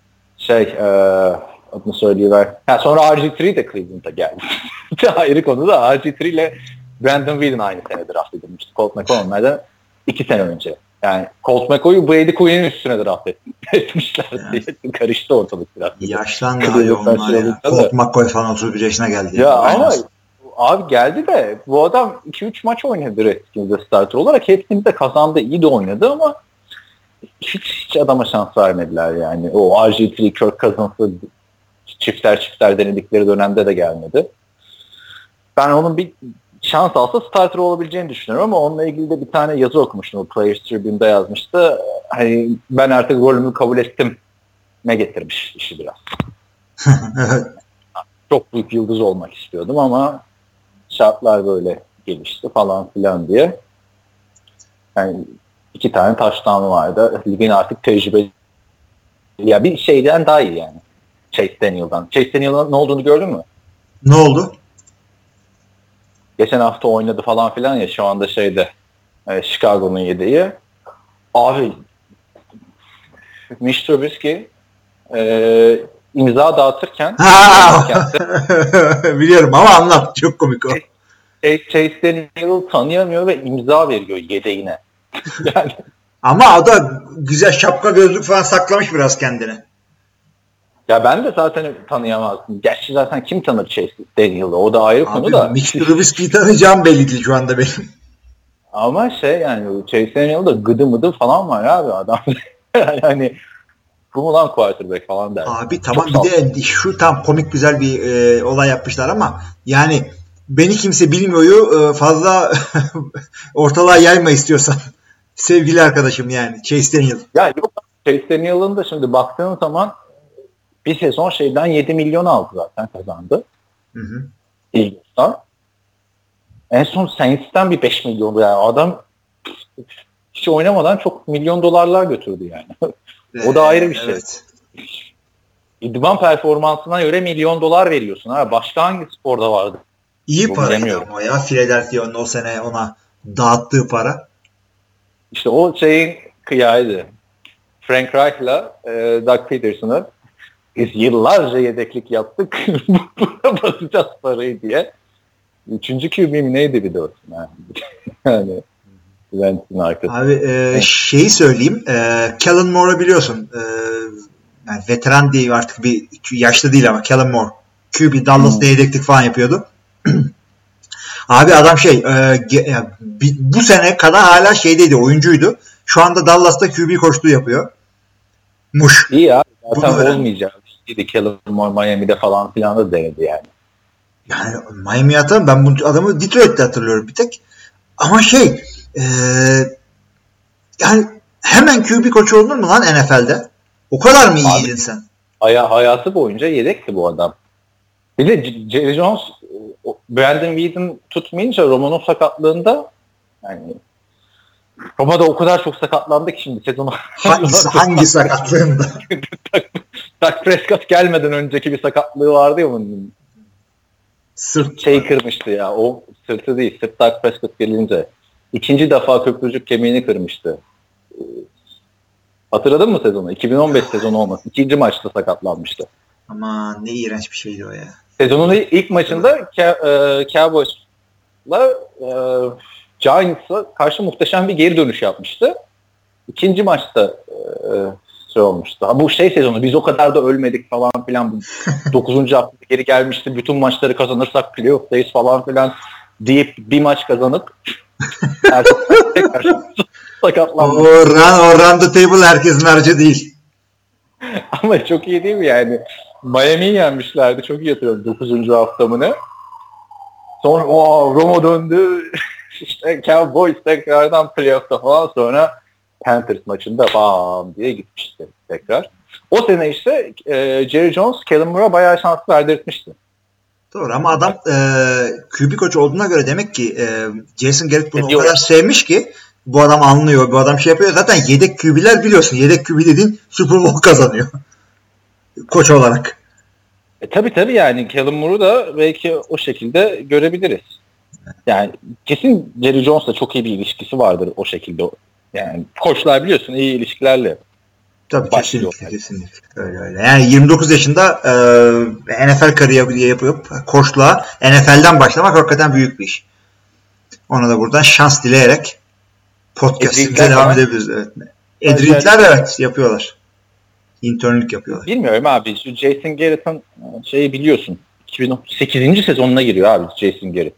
Adını söyleyiver. Sonra RG3 de Cleveland'a geldi. Ayrı konu da RG3 ile Brandon Weeden aynı sene draft edilmişti. Colt McCoy onlardan 2 sene önce. Yani Colt McCoy'u Brady Quinn'in üstüne draft etmişler diye karıştı ortalık biraz. Yaşlandı onlar ya. Colt McCoy falan 31 yaşına geldi. Ya ama abi geldi de bu adam 2-3 maç oynadı Redskins'de starter olarak. Hepsini de kazandı, iyi de oynadı ama hiç adama şans vermediler yani. O RG3, Kirk Cousins'ı çiftler denedikleri dönemde de gelmedi. Ben onun bir şans alsa starter olabileceğini düşünüyorum ama onunla ilgili de bir tane yazı okumuştum. O Players Tribune'da yazmıştı. Hani ben artık rolümü kabul ettim. Ne getirmiş işi biraz. Çok büyük yıldız olmak istiyordum ama şartlar böyle gelişti falan filan diye. Yani 2 tane touchdown'u vardı. Ligin artık tecrübeli. Ya bir şeyden daha iyi yani. Chase Daniel'dan. Chase Daniel'ın ne olduğunu gördün mü? Ne oldu? Geçen hafta oynadı falan filan ya, şu anda Chicago'nun yedeği. Abi Mitch Trubisky imza dağıtırken biliyorum ama anlat. Çok komik o. Chase Daniel'ı tanıyamıyor ve imza veriyor yedeğine. Yani. Ama o da güzel şapka gözlük falan saklamış biraz kendine. Ya ben de zaten tanıyamazdım. Gerçi zaten kim tanır Chase Daniel'ı? O da ayrı konu da. Mitch Trubisky'yi tanıyacağım belli değil şu anda benim. Ama yani Chase Daniel'da gıdı mıdı falan var abi adam. Yani bu mu lan quarterback falan der. Abi tamam, bir de şu tam komik güzel bir olay yapmışlar ama yani beni kimse bilmiyor'yu fazla ortalığa yayma istiyorsan. Sevgili arkadaşım yani Chase Daniel. Ya yok, Chase Daniel'ın da şimdi baktığın zaman bir sezon 7 milyon aldı zaten, kazandı. Eagles'tan. En son Saints'ten bir 5 milyon, yani adam hiç oynamadan çok milyon dolarlar götürdü yani. O da ayrı bir şey. Evet. İdman performansına göre milyon dolar veriyorsun. Ha. Başka hangi sporda vardı? İyi paraydı ama ya Philadelphia'nın o sene ona dağıttığı para. İşte o şeyin kıyağıydı. Frank Reich'la Doug Peterson'ı biz yıllarca yedeklik yaptık. Buna basacağız parayı diye. 3. QB'm neydi bir de olsun. Yani Wentz'in arkası. Abi şeyi söyleyeyim. Kellen Moore'u biliyorsun. Yani veteran değil artık, bir yaşlı değil ama Kellen Moore. QB Dallas'ta yedeklik falan yapıyordu. Abi adam bu sene kadar hala şeydeydi, oyuncuydu. Şu anda Dallas'ta QB koçluğu yapıyor. Muş. İyi ya. Zaten olmayacak. İşte Kellen Moore Miami'de falan filan da denedi yani. Yani Miami'ye atalım. Ben bu adamı Detroit'te hatırlıyorum bir tek. Ama yani hemen QB koçu olur mu lan NFL'de? O kadar mı iyiydin sen? Hayatı boyunca yedekti bu adam. Bir de Jerry Jones Brandon Whedon tutmayınca Romanov sakatlığında, yani Roma'da o kadar çok sakatlandı ki şimdi sezonu. Hangi sakatlığında? Dak Prescott gelmeden önceki bir sakatlığı vardı ya onun. Sırt. Kırmıştı ya. O sırtı değil. Sırt Dak Prescott gelince. 2. defa köprücük kemiğini kırmıştı. Hatırladın mı sezonu? 2015 sezonu olması. 2. maçta sakatlanmıştı. Aman ne iğrenç bir şeydi o ya. Sezonun ilk maçında Cowboys'la Giants'a karşı muhteşem bir geri dönüş yapmıştı. 2. maçta olmuştu. Bu sezonu biz o kadar da ölmedik falan filan. 9. haftada geri gelmişti. Bütün maçları kazanırsak playoff'tayız falan filan deyip bir maç kazanıp tekrar sakatlandı. O run the table herkesin harcı değil. Ama çok iyi değil mi yani? Miami'yi yenmişlerdi. Çok iyi hatırlıyorum 9. haftamını. Sonra Roma döndü. İşte Cowboys tekrardan playoff'ta falan, sonra Panthers maçında bam diye gitmişti tekrar. O sene işte Jerry Jones Kellen Moore'a bayağı şans verdirtmişti. Doğru ama adam QB koçu olduğuna göre demek ki Jason Garrett bunu o kadar sevmiş ki bu adam anlıyor, bu adam şey yapıyor. Zaten yedek QB'ler biliyorsun. Yedek QB dediğin Super Bowl kazanıyor. Koç olarak. Tabii yani Kellen Moore'u da belki o şekilde görebiliriz. Yani kesin Jerry Jones'la çok iyi bir ilişkisi vardır o şekilde. Yani koçlar biliyorsun iyi ilişkilerle. Tabii kesinlikle. Öyle. Yani 29 yaşında NFL kariyeri yapıp koçluğa NFL'den başlamak hakikaten büyük bir iş. Ona da buradan şans dileyerek podcast'imize devam edebiliriz. Evet. Edritler evet yapıyorlar. İnternlük yapıyorlar. Bilmiyorum abi. Şu Jason Garrett'ın biliyorsun. 2008. sezonuna giriyor abi Jason Garrett.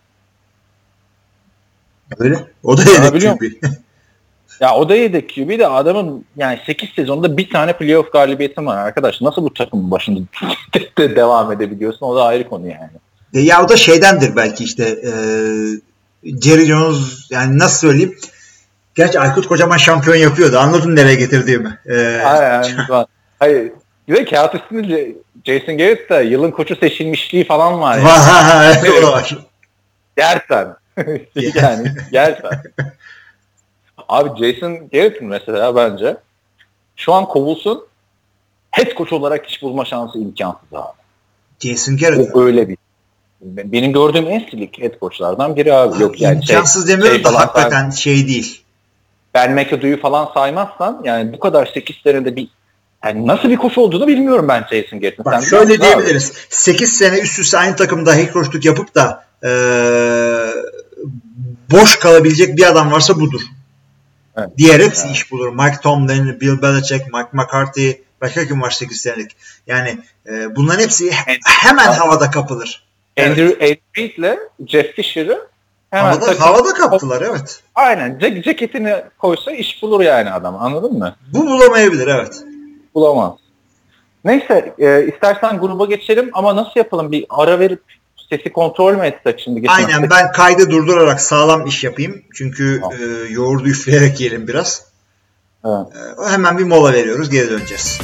Öyle. O da yedek QB. Ya o da yedek QB de adamın yani 8 sezonda bir tane playoff galibiyeti var arkadaş. Nasıl bu takımın başında devam edebiliyorsun? O da ayrı konu yani. Ya o da şeydendir belki işte Jerry Jones, yani nasıl söyleyeyim? Gerçi Aykut Kocaman şampiyon yapıyordu. Anladın nereye getirdiğimi. Hayır. Ve kağıt üstünde Jason Garrett de yılın koçu seçilmişliği falan var. Evet, o da var. Gerçekten. Yani gerçekten. Abi Jason Garrett'in mesela bence şu an kovulsun, head coach olarak iş bulma şansı imkansız abi. Jason Garrett. O öyle bir. Benim gördüğüm en silik head coachlardan biri abi. Yok yani imkansız demiyorum da hakikaten değil. Ben McAdoo'yu falan saymazsan yani bu kadar 8 senede bir yani nasıl bir koç olduğunu bilmiyorum ben Jason Garrett'in. Bak şöyle diyebiliriz. 8 sene üst üste aynı takımda head coachluk yapıp da boş kalabilecek bir adam varsa budur. Evet. Diğer hepsi iş bulur. Mike Tomlin, Bill Belichick, Mike McCarthy, başka kim var 8 senelik? Yani bunların hepsi hemen havada kapılır. Andrew Reid'le Jeff Fisher'ı hemen havada kaptılar, evet. Aynen. Ceketini koysa iş bulur yani adam. Anladın mı? Bu bulamayabilir, evet. Bulamaz. Neyse istersen gruba geçelim ama nasıl yapalım? Bir ara verip sesi kontrol mü etsek şimdi? Aynen, ben kaydı durdurarak sağlam iş yapayım. Çünkü yoğurdu üfleyerek yiyelim biraz. Evet. Hemen bir mola veriyoruz, geri döneceğiz.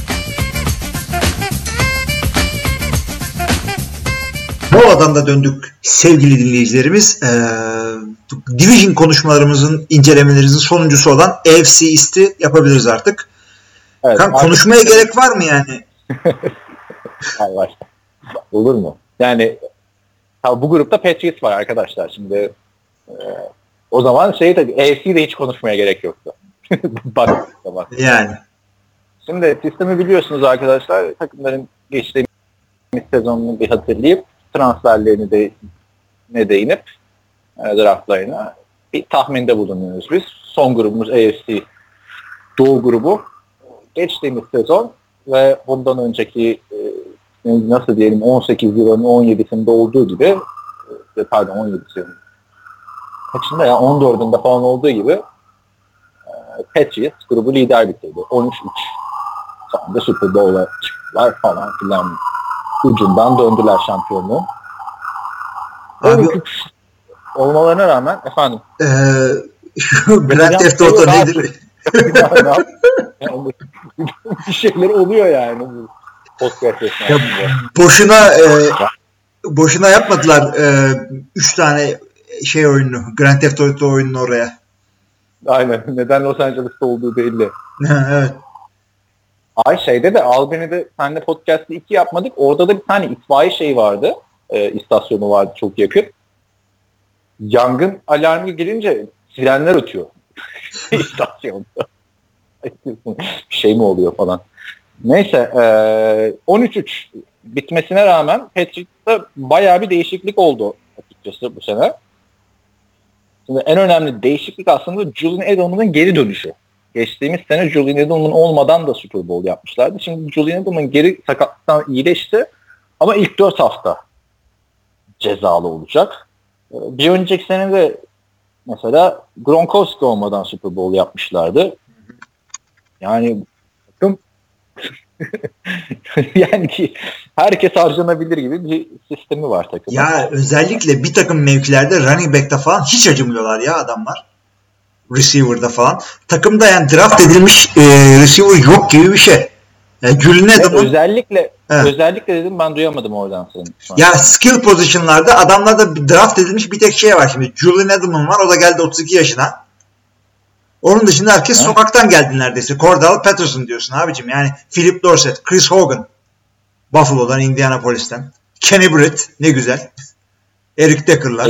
Moladan da döndük sevgili dinleyicilerimiz. Division konuşmalarımızın, incelemelerinizin sonuncusu olan AFC East'i yapabiliriz artık. Evet, konuşmaya gerek var mı yani? Var. Olur mu? Yani bu grupta Patriots var arkadaşlar. Şimdi o zaman AFC'de hiç konuşmaya gerek yoktu. Bak. Yani. Şimdi sistemi biliyorsunuz arkadaşlar. Takımların geçtiğimiz sezonunu bir hatırlayıp transferlerini de değinip draftlarına bir tahminde bulunuyoruz biz. Son grubumuz AFC Doğu grubu. Geçtiğimiz sezon ve bundan önceki nasıl diyelim 18 yılın 17'sinde olduğu gibi pardon 17'si kaçında ya 14'ünde falan olduğu gibi Patriots grubu lider bitirdi. 13-3. Sonra Super Bowl'a çıktılar falan filan. Ucundan döndüler şampiyonluğu. Abi, olmalarına rağmen efendim. Grand Theft Auto nedir? Bir şeyler oluyor yani. Ya, boşuna yapmadılar 3 tane oyununu. Grand Theft Auto oyununu oraya. Aynen. Neden Los Angeles'ta olduğu belli. Evet. Ay de Albany'de seninle podcast'ı 2 yapmadık. Orada da bir tane itfaiye vardı. İstasyonu vardı çok yakın. Yangın alarmı girince sirenler ötüyor. İstasyonda. Bir şey mi oluyor falan. Neyse 13-3 bitmesine rağmen Patriots'ta bayağı bir değişiklik oldu açıkçası bu sene. Şimdi en önemli değişiklik aslında Julian Edelman'ın geri dönüşü. Geçtiğimiz sene Julian Edelman olmadan da Super Bowl yapmışlardı. Şimdi Julian Edelman geri sakatlıktan iyileşti ama ilk 4 hafta cezalı olacak. Bir önceki sene de mesela Gronkowski olmadan Super Bowl yapmışlardı. Yani bakın yani ki herkes harcanabilir gibi bir sistemi var takımda. Ya özellikle bir takım mevkilerde running back'te falan hiç acımıyorlar ya adamlar. Receiver'da falan. Takımda yani draft edilmiş receiver yok gibi bir şey. Yani Julian Edelman özellikle dedim ben duyamadım oradan seni. Ya skill pozisyonlarda adamlarda draft edilmiş bir tek şey var şimdi. Julian Edelman var, o da geldi 32 yaşına. Onun dışında herkes sokaktan geldi neredeyse. Cordell Patterson diyorsun abicim. Yani Philip Dorsett, Chris Hogan, Buffalo'dan, Indianapolis'ten. Kenny Britt, ne güzel. Eric Decker'lar.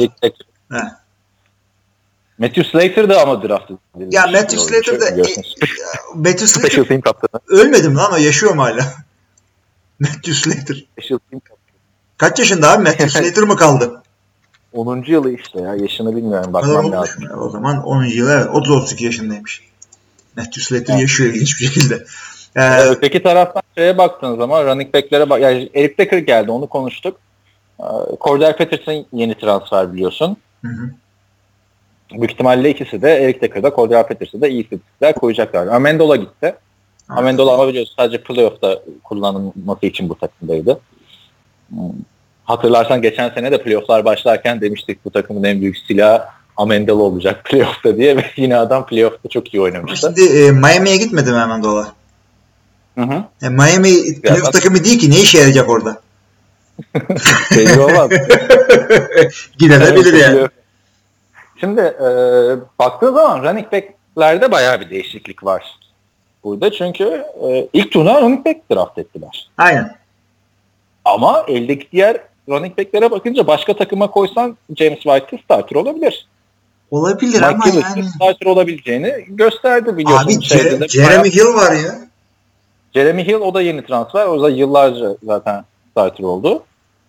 Matthew Slater da ama draft edildi. Ya Matthew Slater da Matthew Slater ölmedim lan, o yaşıyor mu hala? Matthew Slater. Kaç yaşında abi? Matthew Slater mı kaldı? 10. yılı işte ya. Yaşını bilmiyorum. Bakmam lazım. O zaman 10. yılı evet. 30-32 yaşındaymış. Matthew Slater yaşıyor ilginç bir şekilde. Öteki taraftan baktığın zaman running back'lere bak. Yani Eric Decker geldi. Onu konuştuk. Cordell Patterson yeni transfer biliyorsun. Hı. Büyük ihtimalle ikisi de Eric Decker'da, Cordell Patterson'da iyi istatistikler koyacaklar. Amendola gitti. Amendola ama biliyorsun sadece playoff'ta kullanılması için bu takımdaydı. Hatırlarsan geçen sene de playoff'lar başlarken demiştik bu takımın en büyük silahı Amendola olacak playoff'ta diye ve yine adam playoff'ta çok iyi oynamıştı. Şimdi Miami'ye gitmedi mi Amendola? Miami playoff takımı değil ki, ne işe yarayacak orada? Belli olmaz. Gidebilir yani. Şimdi baktığın zaman running back'lerde bayağı bir değişiklik var burada. Çünkü ilk turuna running back draft ettiler. Aynen. Ama eldeki diğer running back'lere bakınca başka takıma koysan James White'ı starter olabilir. Olabilir Mike ama Gillis'in yani. starter olabileceğini gösterdi biliyorsun. Abi Jeremy Hill var ya. Jeremy Hill o da yeni transfer. O da yıllarca zaten starter oldu.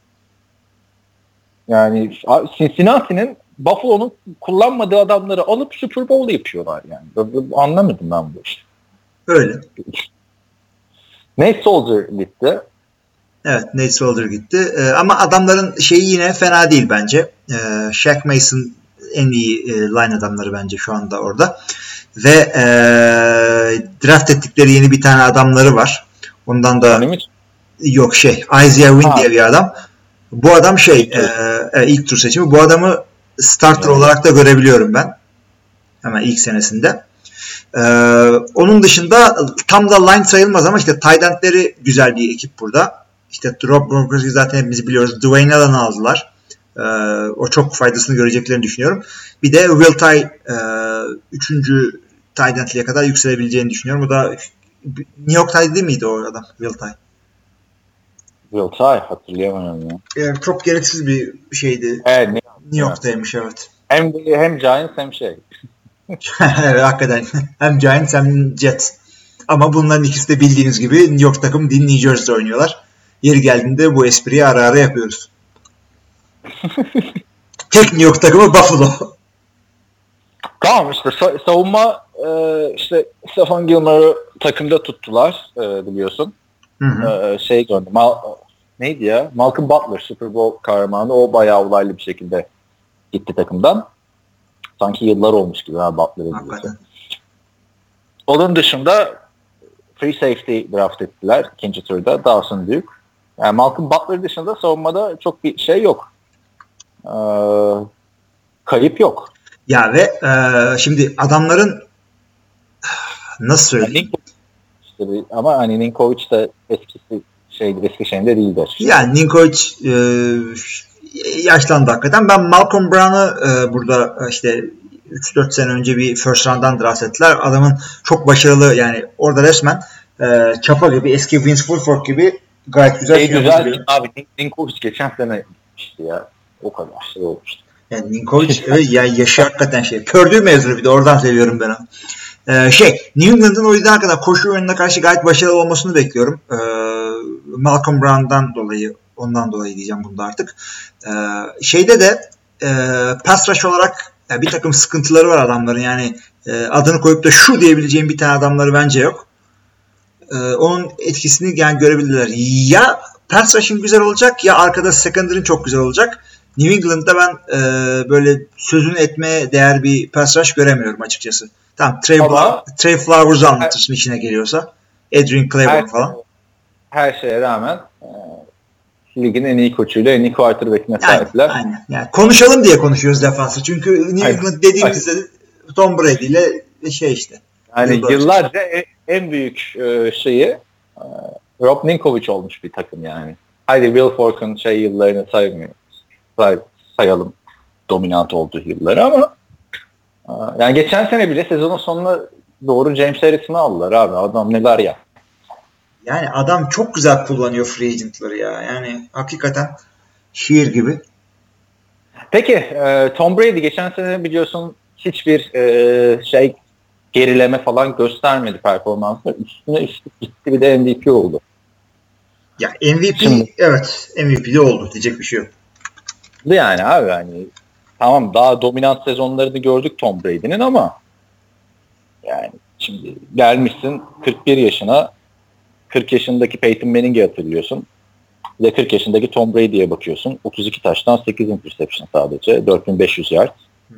Yani Cincinnati'nin Buffalo'nun kullanmadığı adamları alıp Super Bowl yapıyorlar yani. Anlamadım ben bu işi. Öyle. Nate Soldier gitti. Evet, Nate Soldier gitti. Ama adamların şeyi yine fena değil bence. Shaq Mason en iyi line adamları bence şu anda orada. Ve draft ettikleri yeni bir tane adamları var. Ondan da yok Isaiah Wynn diye bir adam. Bu adam ilk tur seçimi. Bu adamı starter olarak da görebiliyorum ben. Hemen ilk senesinde. Onun dışında tam da line sayılmaz ama işte tight endleri güzel bir ekip burada. İşte Rob Gronkowski zaten hepimiz biliyoruz. Dwayne Allen'ı aldılar. O çok faydasını göreceklerini düşünüyorum. Bir de Will Tye 3. tight end'liğe kadar yükselebileceğini düşünüyorum. O da New York Tides değil miydi o adam? Will Tye. Will Tye hatırlayamıyorum ya. Yani çok gereksiz bir şeydi. Evet, New York'taymış evet. Hem Giants hem Evet, hakikaten. Hem Giants hem Jets. Ama bunların ikisi de bildiğiniz gibi New York takımı değil, New Jersey'de oynuyorlar. Yeri geldiğinde bu espriyi ara ara yapıyoruz. Tek New York takımı Buffalo. Tamam işte savunma işte Stephon Gilmore'u takımda tuttular biliyorsun. Gördüm. Neydi ya? Malcolm Butler Super Bowl kahramanı. O bayağı olaylı bir şekilde gitti takımdan. Sanki yıllar olmuş gibi Butler'ı. Onun dışında free safety draft ettiler ikinci turda. Dawson Duke. Yani Malcolm Butler dışında savunmada çok bir şey yok. Kayıp yok. Ya ve şimdi adamların nasıl söyleyeyim? Ama hani Ninkovic de eski şeyinde değildir. Yani Ninkovic yaşlandı hakikaten. Ben Malcolm Brown'u burada işte 3-4 sene önce bir first round'dan draft ettiler. Adamın çok başarılı yani orada resmen çapa gibi eski Vince Wilfork gibi gayet güzel. Güzel abi Ninkovic geçen sene işte ya o kadar şey olmuştu. Yani Ninkovic evet, yani yaşı hakikaten Purdue mezunu bir de oradan seviyorum ben onu. New England'ın o yüzden kadar koşu oyununa karşı gayet başarılı olmasını bekliyorum. Malcolm Brown'dan dolayı ondan dolayı diyeceğim bunda artık. Şeyde de pass rush olarak bir takım sıkıntıları var adamların. Yani adını koyup da şu diyebileceğim bir tane adamları bence yok. Onun etkisini yani görebilirler. Ya pass rush'ın güzel olacak ya arkada secondary'in çok güzel olacak. New England'da ben böyle sözünü etmeye değer bir pass rush göremiyorum açıkçası. Tamam Trey Flowers'ı anlatırsın içine geliyorsa. Adrian Claiborne falan. Her şeye rağmen ligin en iyi koçuyla en iyi quarterback'ine sahipler. Aynen. Yani konuşalım diye konuşuyoruz defansı. Çünkü New England dediğimizde Tom Brady ile işte. Yani yıllarca en büyük şeyi Rob Ninkovic olmuş bir takım yani. Haydi Will Fork'un yıllarını sayalım dominant olduğu yılları ama yani geçen sene bile sezonun sonuna doğru James Harrison'ı aldılar abi. Adam neler ya. Yani adam çok güzel kullanıyor free agent'ları ya. Yani hakikaten şiir gibi. Peki Tom Brady geçen sene biliyorsun hiçbir gerileme falan göstermedi performansla. Üstüne gitti bir de MVP oldu. Ya MVP evet MVP'de oldu diyecek bir şey yok. Yani abi hani tamam daha dominant sezonlarını gördük Tom Brady'nin ama yani şimdi gelmişsin 41 yaşına 40 yaşındaki Peyton Manning'i hatırlıyorsun. Bir de 40 yaşındaki Tom Brady'ye bakıyorsun. 32 taştan 8 interception sadece. 4500 yard.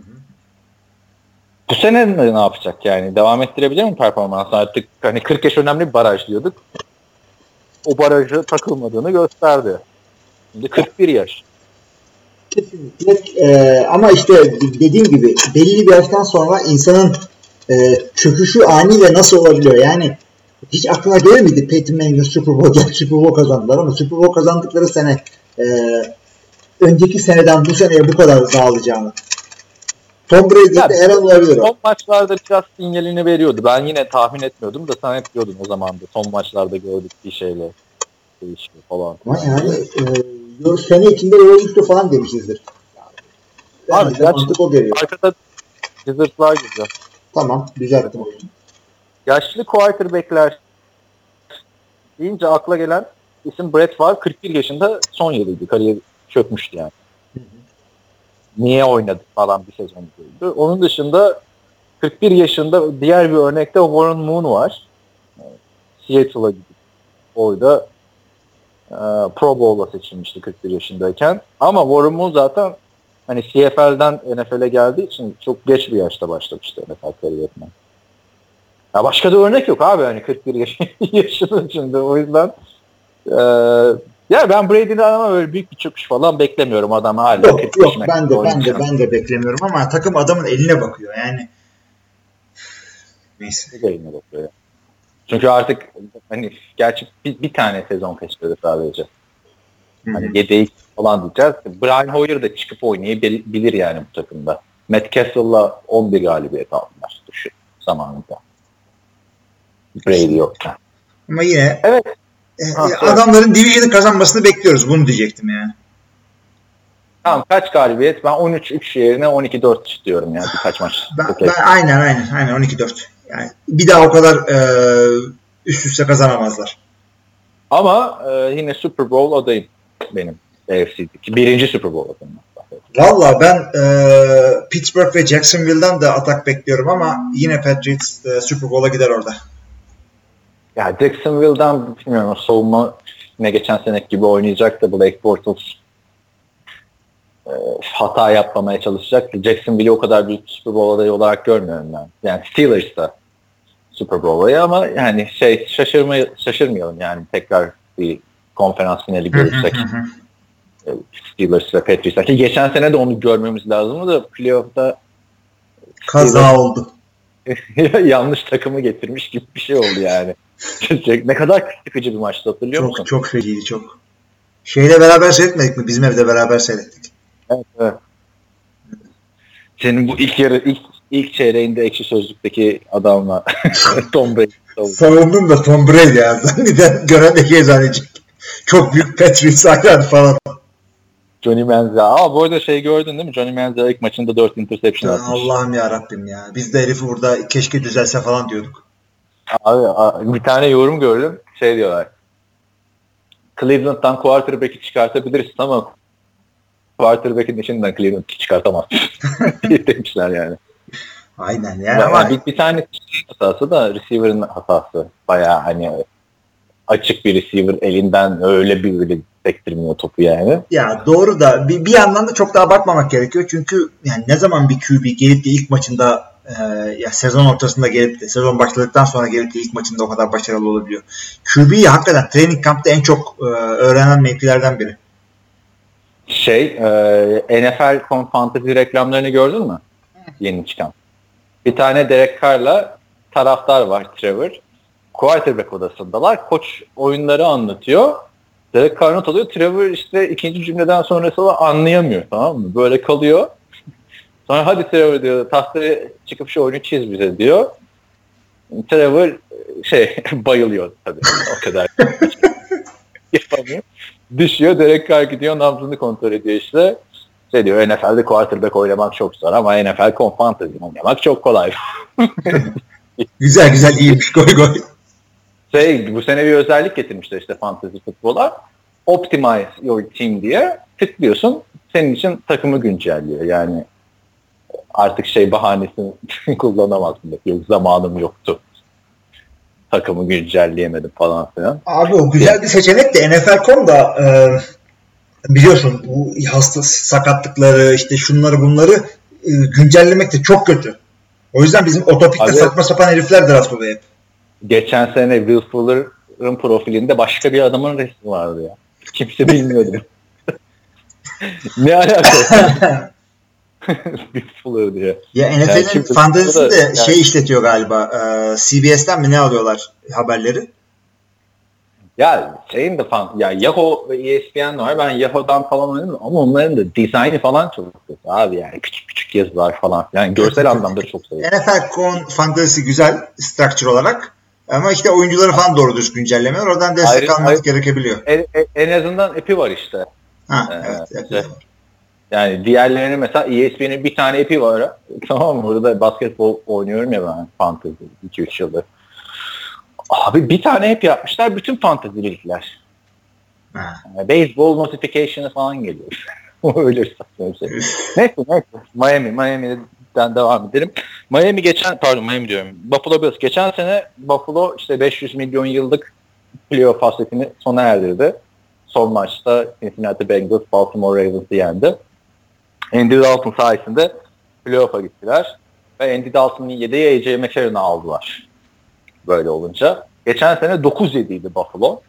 Bu sene ne yapacak yani? Devam ettirebilir mi performansı? Artık hani 40 yaş önemli bir baraj diyorduk. O barajı takılmadığını gösterdi. Şimdi 41 yaş. Kesinlikle. Ama işte dediğim gibi belli bir yaştan sonra insanın çöküşü ani ve nasıl olabiliyor? Yani Hiç aklına gelir miydi Peyton Manning'in Super Bowl kazandılar ama Super Bowl kazandıkları sene önceki seneden bu seneye bu kadar dağılacağını. Tom Brady'de her an olabilir o. Son maçlarda biraz sinyalini veriyordu. Ben yine tahmin etmiyordum da sen hep diyordun o zaman da. Son maçlarda gördük bir şeyle değişiyor falan. Ama yani sene içinde Rollings'te falan demişizdir. Abi Mantık o geliyor. arkada Wizards'lar güzel. Tamam. Düzelttim oyunu. Yaşlı quarterback'ler deyince akla gelen isim Brett Favre 41 yaşında son yılıydı. Kariyeri çökmüştü yani. Niye oynadı falan bir sezon gördü. Onun dışında 41 yaşında diğer bir örnekte Warren Moon var. Seattle'a gidip orada Pro Bowl'a seçilmişti 41 yaşındayken. Ama Warren Moon zaten hani CFL'den NFL'e geldiği için çok geç bir yaşta başlamıştı NFL kariyerine. Ya başka da örnek yok abi hani 41 yaşının içinde. O yüzden ya ben Brady'den ama böyle büyük bir çöküş falan beklemiyorum. Adam hala Yok ben 45 de beklemiyorum ama takım adamın eline bakıyor yani. Neyse. eline bakıyor ya. Çünkü artık hani gerçi bir tane sezon kaçırdı sadece. Hani yedeği falan diyeceğiz. Brian Hoyer da çıkıp oynayabilir yani bu takımda. Matt Castle'la 11 galibiyet aldılar düşün zamanında. Brady yokken. Ama yine evet. Adamların division'ı kazanmasını bekliyoruz. Bunu diyecektim yani. Tamam kaç galibiyet? Ben 13-3 yerine 12-4 diyorum yani birkaç maç. Ben aynen 12-4. Yani bir daha o kadar üst üste kazanamazlar. Ama yine Super Bowl adayım benim AFC'deki. Birinci Super Bowl adayım. Valla ben Pittsburgh ve Jacksonville'dan da atak bekliyorum ama yine Patriots Super Bowl'a gider orada. Ya Jacksonville'dan bilmiyorum savunma ne geçen seneki gibi oynayacak da Blake Bortles hata yapmamaya çalışacak. Jacksonville'i o kadar büyük Super Bowl adayı olarak görmüyorum ben. Yani Steelers'da Super Bowl adayı ama yani şaşırmayalım yani tekrar bir konferans finali görürsek. Steelers ve Patriots. Ki geçen sene de onu görmemiz lazımdı da playoff'ta kaza oldu. yanlış takımı getirmiş gibi bir şey oldu yani. Ne kadar sıkıcı bir maçtı hatırlıyor musun? Çok feciydi çok. Şeyle beraber seyretmedik mi? Bizim evde beraber seyrettik. Evet. Senin bu ilk çeyreğinde Ekşi Sözlük'teki adamla Tom Brady. Savundum da Tom Brady ya. Zanneden gören de zannedecek. Çok büyük Patriots hayran falan. Johnny Manziel. Bu arada gördün değil mi? Johnny Manziel ilk maçında 4 interception atmış. Allah'ım ya Rabbim ya. Biz de herifi burada keşke düzelse falan diyorduk. Abi bir tane yorum gördüm. Diyorlar. Cleveland'dan quarterback'i çıkartabilirsin ama quarterback'in içinden Cleveland'ı çıkartamaz. demişler yani. Aynen yani ama bir tane hatası da receiver'ın hatası. Bayağı hani açık bir receiver elinden öyle sektirmiyor topu yani. Ya doğru da bir yandan da çok daha bakmamak gerekiyor. Çünkü yani ne zaman bir QB gelip de ilk maçında ya sezon ortasında gelip de sezon başladıktan sonra gelip de ilk maçında o kadar başarılı olabiliyor. QB'yi hakikaten training camp'ta en çok öğrenen mevkilerden biri. NFL fantasy reklamlarını gördün mü? Yeni çıkan. Bir tane Derek Carr'la taraftar var Trevor. Quarterback odasındalar. Koç oyunları anlatıyor. Derek Carr not alıyor. Trevor ikinci cümleden sonrası anlayamıyor. Tamam mı? Böyle kalıyor. Sonra hadi Trevor diyor tahtaya çıkıp şu oyunu çiz bize diyor. Trevor bayılıyor tabii. O kadar. Yapamıyor. Düşüyor. Derek Carr gidiyor nabzını kontrol ediyor diyor NFL'de quarterback oynamak çok zor ama NFL fantasy oynamak çok kolay. Güzel iyiymiş goy. Bu sene bir özellik getirmişler fantasy futbola. Optimize your team diye tıklıyorsun. Senin için takımı güncelliyor. Yani artık bahanesini kullanamazsın. Yok zamanım yoktu. Takımı güncelleyemedim falan filan. Abi o güzel bir seçenek de NFL.com'da biliyorsun bu hasta sakatlıkları şunları bunları güncellemek de çok kötü. O yüzden bizim otopikte saçma sapan herifler draft oluyor hep. Geçen sene Will Fuller'ın profilinde başka bir adamın resmi vardı ya. Kimse bilmiyordu. Ne alakası? Big Fuller diye. Ya NFL'in fantezisi de şey işletiyor galiba. CBS'ten mi ne alıyorlar haberleri? Ya şeyin de ya Yahoo ve ESPN var. Ben Yahoo'dan falan oynadım ama onların da dizaynı falan çok kötü abi yani. Küçük küçük yazılar falan filan. Görsel anlamda çok zayıf. NFL.com fantezisi güzel structure olarak. Ama işte oyuncuları falan doğru düz güncellemiyor. Oradan destek almak gerekebiliyor. En azından app'i var işte. Evet. Yani diğerlerinin mesela ESPN'in bir tane app'i var. Tamam mı? Orada basketbol oynuyorum ya ben fantezi 2-3 yıldır. Abi bir tane app yapmışlar. Bütün fantezi ligler. Yani baseball notification'ı falan geliyor. Öyle saçma bir şey. Neyse. Miami'den devam edelim. Miami diyorum. Buffalo Bills. Geçen sene Buffalo işte 500 milyon yıllık playoff hasretini sona erdirdi. Son maçta Cincinnati Bengals Baltimore Ravens'ı yendi. Andy Dalton sayesinde playoff'a gittiler. Ve Andy Dalton'ın yediği AJ McCarron'ı aldılar. Böyle olunca. Geçen sene 9-7'ydi Buffalo.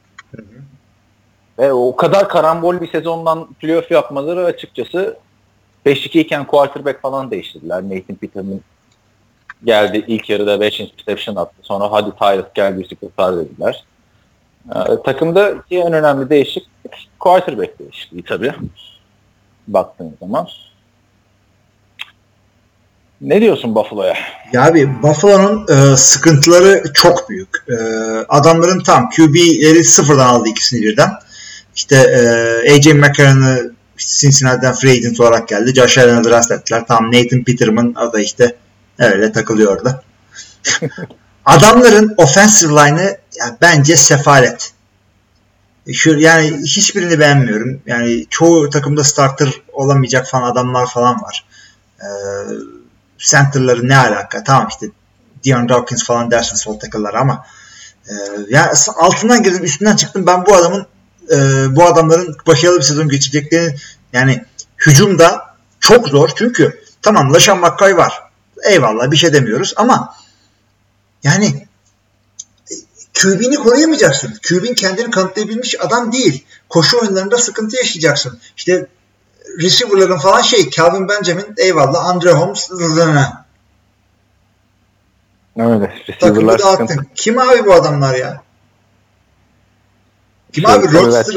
Ve o kadar karambol bir sezondan playoff yapmaları açıkçası 5-2 iken quarterback falan değiştirdiler. Nathan Peterman geldi ilk yarıda 5 interception attı. Sonra hadi Tyrus gel bir kurtar dediler. Takımda en önemli değişiklik quarterback değişikliği tabii. Baktığın zaman. Ne diyorsun Buffalo'ya? Ya abi Buffalo'nun sıkıntıları çok büyük. Adamların tam QB'leri sıfırdan aldı ikisini birden. İşte AJ McCarron'ı Cincinnati'den free agent olarak geldi. Josh Allen'ı draft ettiler. Tam Nathan Peterman o da işte öyle takılıyor orada. Adamların offensive line'ı yani bence sefalet. Yani hiçbirini beğenmiyorum. Yani çoğu takımda starter olamayacak falan adamlar falan var. Center'ları ne alaka? Tamam işte Deion Dawkins falan dersin sol tackle'lar ama yani altından girdim üstünden çıktım. Ben bu adamların başarılı bir sezon geçeceklerini yani hücumda çok zor çünkü tamam LaShawn McCoy var. Eyvallah bir şey demiyoruz ama yani QB'ni koruyamayacaksın. QB'nin kendini kanıtlayabilmiş adam değil. Koşu oyunlarında sıkıntı yaşayacaksın. İşte receiver'ların falan Calvin Benjamin eyvallah Andre Holmes öyle. Takımı dağıttın. Kim abi bu adamlar ya? Kim abi?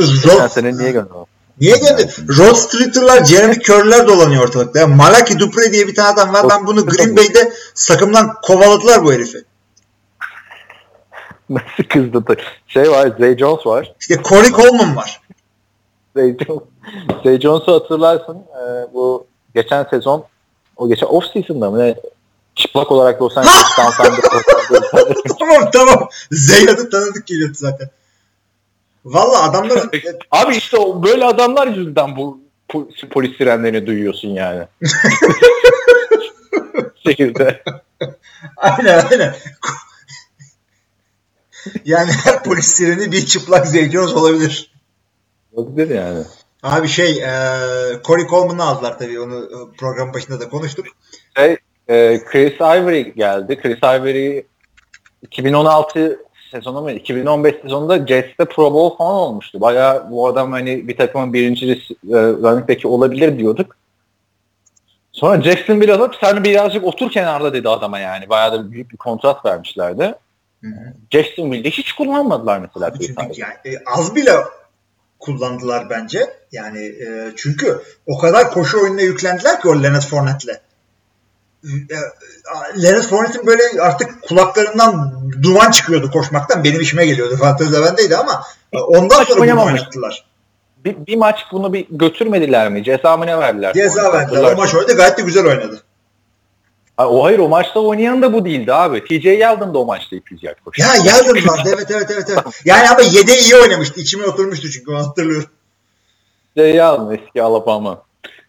Niye geldi? Rod Streeter'lar, Jeremy Curry'ler dolanıyor ortalıkta. Malaki Dupre diye bir tane adam var. Ben bunu Green Bay'de takımdan kovaladılar bu herifi. Nasıl kızdı? Var, Zay Jones var. İşte Corey Coleman var. Zay Jones'u hatırlarsın. Bu geçen sezon geçen off-season'da mı ne? Çıplak olarak Los Angeles Downtown'da tamam. Zay adı tanıdık geliyordu zaten. Valla adamlar... Abi işte böyle adamlar yüzünden bu polis sirenlerini duyuyorsun yani. Şehirde. Aynen. Yani her polis sireni bir çıplak Zay Jones olabilir. Olabilir yani. Abi Corey Coleman'ı aldılar tabii. Onu programın başında da konuştuk. Chris Ivory geldi. Chris Ivory 2016 sezonu mu? 2015 sezonunda Jets'te Pro Bowl falan olmuştu. Bayağı bu adam hani bir takımın birinci running back'i olabilir diyorduk. Sonra Jacksonville alıp sen birazcık otur kenarda dedi adama yani. Bayağı da büyük bir kontrat vermişlerdi. Jacksonville'de hiç kullanmadılar mesela. Çünkü yani, az bile kullandılar bence. Yani çünkü o kadar koşu oyununa yüklendiler ki o Leonard Fournette'le. Leonard Fournette'in böyle artık kulaklarından duman çıkıyordu koşmaktan. Benim işime geliyordu. Fantezi bendeydi ama ondan sonra bunu oynattılar. Bir maç bunu bir götürmediler mi? Ceza mı ne verdiler? Ceza verdiler. O maç oynadı. Gayet de güzel oynadı. Hayır o maçta oynayan da bu değildi abi. TJ Yeldon da o maçta 200 yard koştu. Ya Yeldon vardı. Evet. Yani ama yedeği iyi oynamıştı. İçime oturmuştu çünkü onu hatırlıyorum. Yeldon eski Alabama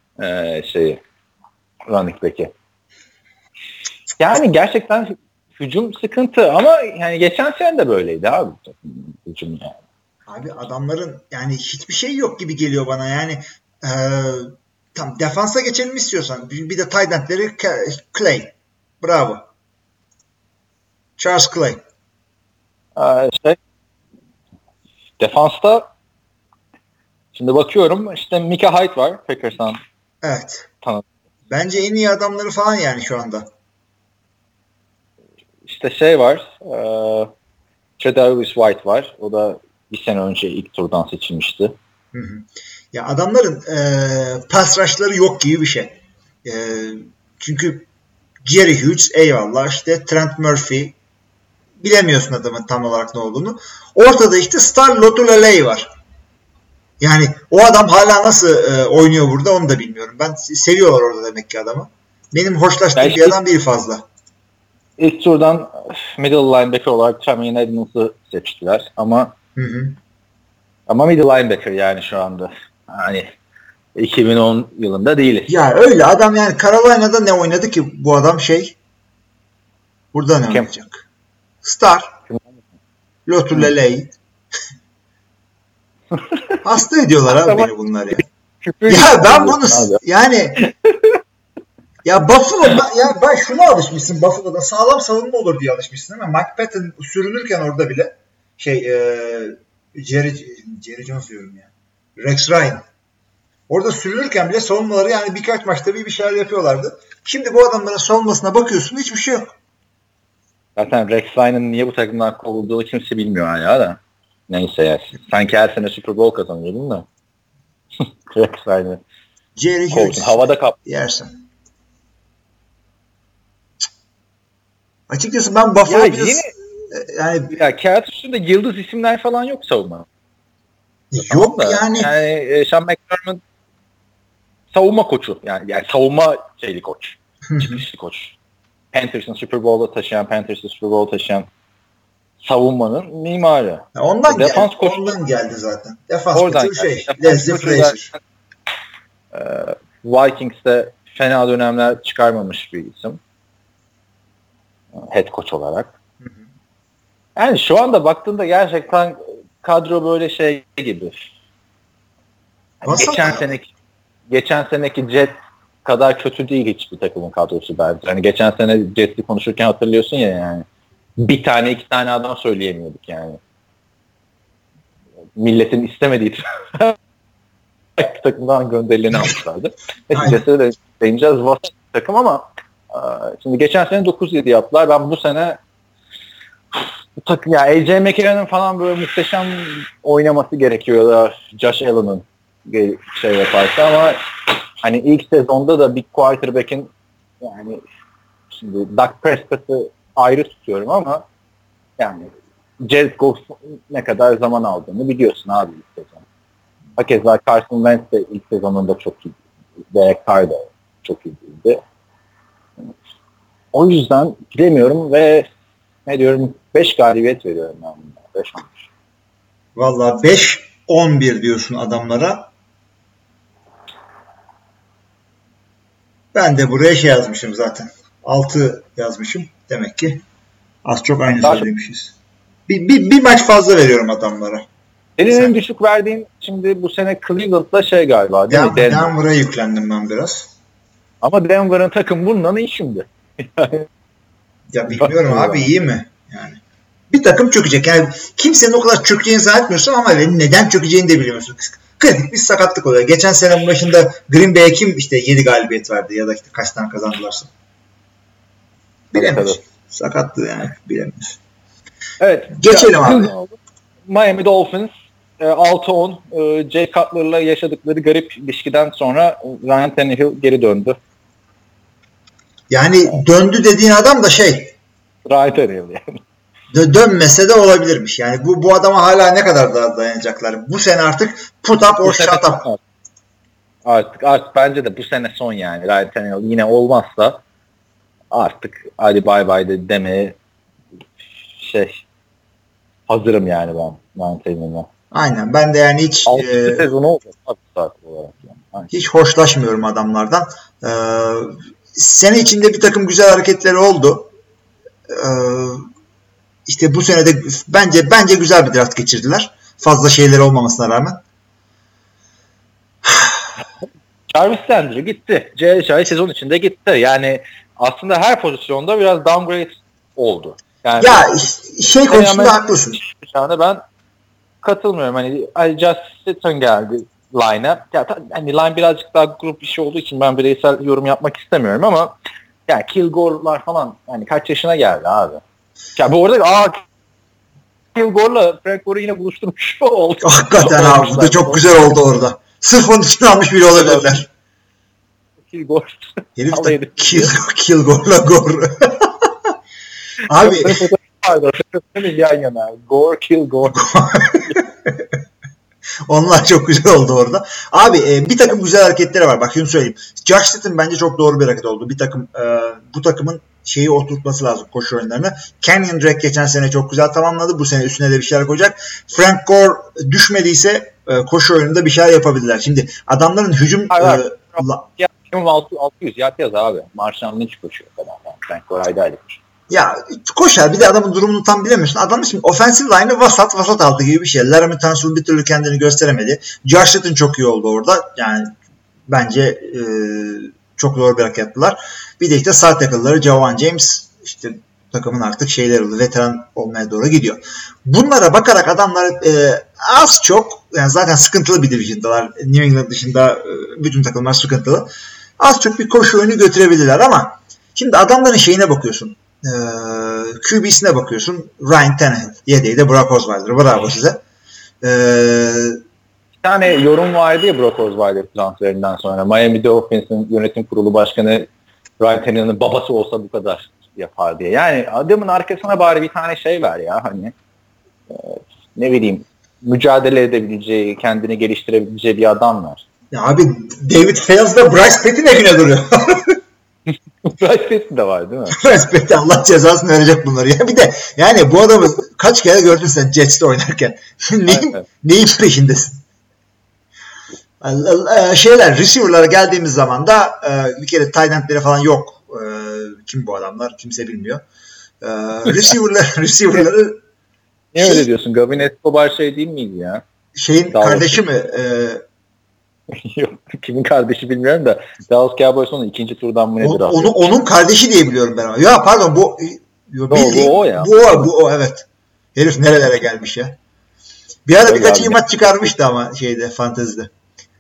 running back'i. Yani gerçekten hücum sıkıntı ama yani geçen sene de böyleydi abi hücum yani. Abi adamların yani hiçbir şey yok gibi geliyor bana yani tam defansa geçelim istiyorsan bir de tight endleri Clay. Bravo. Charles Clay. Defansta şimdi bakıyorum işte Micah Hyde var Packers'tan. Evet. Bence en iyi adamları falan yani şu anda. İşte şey var. Tredavious White var. O da bir sene önce ilk turdan seçilmişti. Hı. Ya adamların pass rush'ları yok gibi bir şey. Çünkü Jerry Hughes eyvallah, işte Trent Murphy, bilemiyorsun adamın tam olarak ne olduğunu. Ortada işte Star Lotulelei var. Yani o adam hala nasıl oynuyor burada onu da bilmiyorum. Ben seviyorlar orada demek ki adamı. Benim hoşlaştığım bir adam değil fazla. İlk turdan middle linebacker olarak Tremaine Edmonds'ı seçtiler ama ama middle linebacker yani şu anda. Hani 2010 yılında değiliz. Ya öyle adam yani Carolina'da ne oynadı ki bu adam şey? Burada ne oynayacak? Star. Lotulelei. Hasta ediyorlar abi beni bunlar ya. Ya ben bunu yani ya Buffalo ya ben şuna alışmışsın, Buffalo'da sağlam savunma olur diye alışmışsın ama Mike Patton sürünürken orada bile Jerry Jones diyorum ya. Rex Ryan. Orada sürünürken bile savunmaları yani birkaç maçta bir şeyler yapıyorlardı. Şimdi bu adamların savunmasına bakıyorsun hiçbir şey yok. Zaten Rex Ryan'ın niye bu takımdan kovulduğunu kimse bilmiyor hala da. Neyse ya. Sanki her sene Super Bowl kazanıyordun da. Rex Ryan'ı. Jerry Hughes. Havada kap. Yersen. Açıkçası ben Buffalo ya biraz yani ya kağıt üstünde yıldız isimler falan yok savunma. Yok yani. Yani Sean McDermott savunma koçu. Yani savunma şeyli koç. Çıkışlı koç. Panthers'ın Super Bowl'da taşıyan, savunmanın mimarı. Ondan geldi zaten. Defans koçu Leslie Frazier. Vikings'te fena dönemler çıkarmamış bir isim. Head coach olarak. Yani şu anda baktığında gerçekten kadro böyle şey gibi. Yani geçen seneki Jet kadar kötü değil hiçbir takımın kadrosu bence. Hani geçen sene Jet'i konuşurken hatırlıyorsun ya yani. Bir tane iki tane adam söyleyemiyorduk yani. Milletin istemediği takımdan gönderileni almışlardı. Neticesinde de değineceğiz. Vasat takım ama şimdi geçen sene 9-7 yaptılar. Ben bu sene bu takım ya AJ McCarron'ın falan böyle muhteşem oynaması gerekiyor da Josh Allen'ın şey yaparsa ama hani ilk sezonda da bir quarterback'in yani şimdi Dak Prescott'ı ayrı tutuyorum ama yani Jared Goff'un ne kadar zaman aldığını biliyorsun abi ilk sezon. Hakeza Carson Wentz de ilk sezonunda çok iyi. Derek Carr da çok iyi değildi. O yüzden bilemiyorum ve ne diyorum 5 galibiyet veriyorum ben bunlara. 5-11. Valla 5-11 diyorsun adamlara. Ben de buraya şey yazmışım zaten. 6 yazmışım. Demek ki az çok aynı söylemişiz. Bir maç fazla veriyorum adamlara. Senin en düşük verdiğin şimdi bu sene Cleveland'la şey galiba değil mi? Denver'a yüklendim ben biraz. Ama Denver'ın takım bundan iyi şimdi. Ya bilmiyorum abi iyi mi? Yani bir takım çökecek. Yani kimsenin o kadar çökeceğini zannetmiyorsun ama neden çökeceğini de bilmiyorsun. Kritik bir sakatlık oluyor. Geçen sene bu başında Green Bay'e kim işte 7 galibiyet verdi ya da işte kaç tane kazandılarsa. Bilemiyorsun. Sakatlığı yani bilemiyorsun. Evet. Geçelim abi. Miami Dolphins 6-10 Jay Cutler'la yaşadıkları garip ilişkiden sonra Ryan Tannehill geri döndü. Yani döndü dediğin adam da şey. Ryan Tannehill yani. Dönmese de olabilirmiş. Yani bu adama hala ne kadar daha dayanacaklar. Bu sene artık put up or shut up. Artık bence de bu sene son yani. Ryan Tannehill yine olmazsa artık hadi bye bye de demeye hazırım yani ben Ryan Tannehill'e. Aynen. Ben de yani hiç sezonu olacak olarak yani. Hiç hoşlaşmıyorum adamlardan. Sene içinde bir takım güzel hareketleri oldu. İşte bu sene de bence güzel bir draft geçirdiler. Fazla şeyler olmamasına rağmen. Jarvis Landry gitti. C.J. sezon içinde gitti. Yani aslında her pozisyonda biraz downgrade oldu. Yani ya konusunda haklısın. Ben katılmıyorum. Hani Justin geldi. line'a. Hani line birazcık daha grup işi olduğu için ben bireysel yorum yapmak istemiyorum ama yani Kilgore'lar falan hani kaç yaşına geldi abi. Ya bu arada Kilgore'la Frank Gore'u yine buluşturmuş oldu. Hakikaten abi bu da çok güzel oldu orada. Sırf onun için almış bile olabilirler. Kilgore. Herif de Kilgore'la Gore. Abi. Yan yana. Gore, Kilgore. Onlar çok güzel oldu orada. Abi bir takım güzel hareketleri var. Bak şunu söyleyeyim. Josh Sitton bence çok doğru bir hareket oldu. Bir takım bu takımın şeyi oturtması lazım koşu oyunlarına. Kenyon Drake geçen sene çok güzel tamamladı. Bu sene üstüne de bir şeyler koyacak. Frank Gore düşmediyse koşu oyununda bir şeyler yapabilirler. Şimdi adamların hücum 600 yaz abi. Marshall Lynch koşuyor falan. Frank Gore ayrı koşuyor. Ya koşar bir de adamın durumunu tam bilemiyorsun. Adam şimdi offensive line'ı vasat aldı gibi bir şey. Laramie Tunsil bir türlü kendini gösteremedi. Josh Sitton çok iyi oldu orada. Yani bence çok doğru bir hareket yaptılar. Bir de işte sağ tackle'ları Jawan James işte takımın artık şeyleri oldu. Veteran olmaya doğru gidiyor. Bunlara bakarak adamlar az çok yani zaten sıkıntılı bir division'dalar. New England dışında bütün takımlar sıkıntılı. Az çok bir koşu oyunu götürebilirler ama şimdi adamların şeyine bakıyorsun. QB'sine bakıyorsun. Ryan Tannehill. Yedeği de Brock Osweiler. Bravo size. Bir tane yorum vardı ya Brock Osweiler transferinden sonra. Miami Dolphins'in yönetim kurulu başkanı Ryan Tannehill'in babası olsa bu kadar yapar diye. Yani adamın arkasına bari bir tane şey ver ya. Hani ne bileyim mücadele edebileceği, kendini geliştirebileceği bir adam var. Ya abi David Fales'da Bryce Petty ne güne duruyor. Bryce Petty de var değil mi? Bryce Petty Allah cezasını verecek bunları. Ya bir de yani bu adamı kaç kere gördün sen Jets'te oynarken. neyin peşindesin? Receiver'lara geldiğimiz zaman da bir kere tight end'leri falan yok. Kim bu adamlar? Kimse bilmiyor. Receiver'ları niye öyle diyorsun? Gavin Escobar şey değil miydi ya? Şeyin kardeşi mi? Yok. Kimin kardeşi bilmiyorum da Dallas Cowboys'un ikinci turdan mı nedir? Onun kardeşi diye biliyorum ben ama. Ya pardon bu o ya. Bu o evet. Herif nerelere gelmiş ya. Bir ara birkaç iyi maç çıkarmıştı ama şeyde fantezide.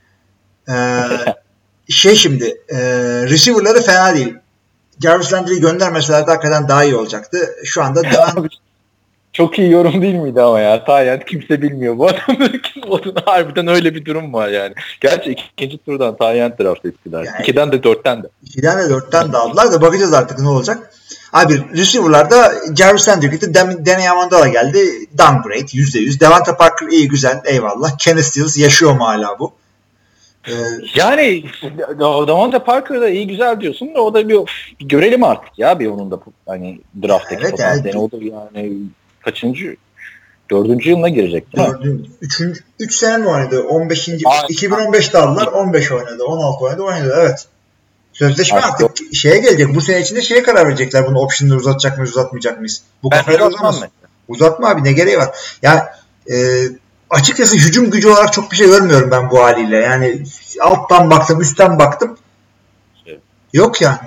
Şimdi receiver'ları fena değil. Jarvis Landry'i göndermeseler de hakikaten daha iyi olacaktı. Şu anda çok iyi yorum değil miydi ama ya? Tayyent kimse bilmiyor. Bu adamın kim olduğunu harbiden öyle bir durum var yani. Gerçi ikinci turdan Tayyent draft ettiler. Yani, 2'den de 4'ten de. 2'den de 4'ten de aldılar da bakacağız artık ne olacak. Abi receiver'larda Jarvis Landry gitti. Danny Amendola geldi. Downgrade %100. Devonta Parker iyi güzel. Eyvallah. Kenny Stills yaşıyor mu hala bu? Yani Devonta Parker'da iyi güzel diyorsun da o da bir görelim artık ya bir onun da hani draft'taki evet, potansiyeli. O da yani kaçıncı? 4. yılına girecek değil mi? 3 sene mi oynadı? 15. 2015'te aldılar. 15 oynadı. 16 oynadı. Evet. Sözleşme artık şeye gelecek. Bu sene içinde şeye karar verecekler. Bunu option'ları uzatacak mıyız, uzatmayacak mıyız? Bu kafayla uzamaz. Uzatma abi ne gereği var? Ya açıkçası hücum gücü olarak çok bir şey görmüyorum ben bu haliyle. Yani alttan baktım, üstten baktım. Yok yani.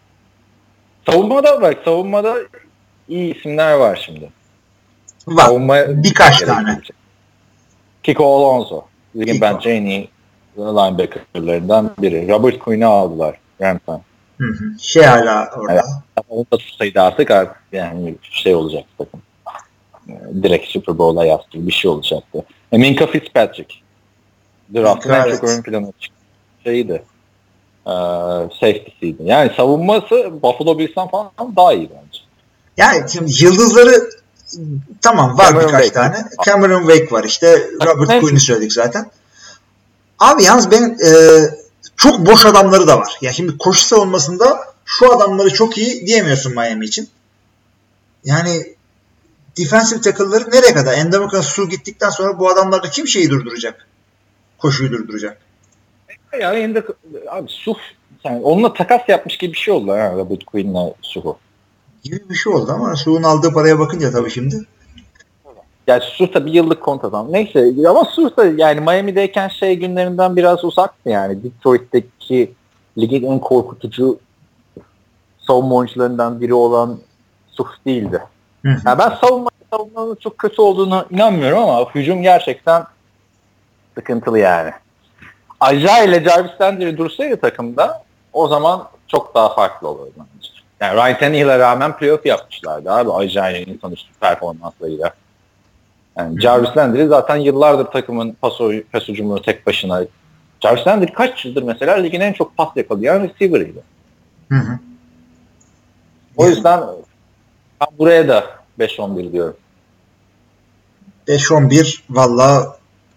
Savunmada iyi isimler var şimdi. Var. Birkaç tane. Kiko Alonso. Ligin bence en iyi linebacker'larından biri. Robert Quinn'i aldılar. Rams'tan. Hala orada. Evet. Onu da tutsaydı artık yani şey olacak takım. Direkt Super Bowl'a yazdığı bir şey olacaktı. Minkah Fitzpatrick. Draft'ın en çok ön plana çıktı. Şeydi. Safety'siydi. Yani savunması Buffalo Bills'ten falan daha iyi bence. Yani şimdi yıldızları tamam var Cameron birkaç Wake tane. Cameron Wake var işte. Robert Quinn'i söyledik zaten. Abi yalnız benim çok boş adamları da var. Yani şimdi koşu savunmasında şu adamları çok iyi diyemiyorsun Miami için. Yani defensive tackle'ları nereye kadar? Endamuk'a su gittikten sonra bu adamlarda kim şeyi durduracak? Koşuyu durduracak. Yani abi Suh yani onunla takas yapmış gibi bir şey oldu ha Robert Quinn'la Suh'u. Gibi bir şey oldu ama Suh'un aldığı paraya bakınca tabii şimdi. Yani Suh da bir yıllık kontrat. Neyse ama Suh da yani Miami'deyken şey günlerinden biraz uzaktı yani. Detroit'teki ligin en korkutucu savunma oyuncularından biri olan Suh değildi. Yani ben savunmanın çok kötü olduğunu inanmıyorum ama hücum gerçekten sıkıntılı yani. Aja ile Jarvis Landry dursaydı takımda o zaman çok daha farklı olurdu bence. Yani Ryan Tannehill'e rağmen playoff yapmışlardı abi Aja ile insanüstü performanslarıyla. Yani Jarvis Landry zaten yıllardır takımın pas hücumunu tek başına. Jarvis Landry kaç yıldır mesela ligin en çok pas yakalayan receiver'ıydı. O yüzden ben buraya da 5-11 diyorum. 5-11 valla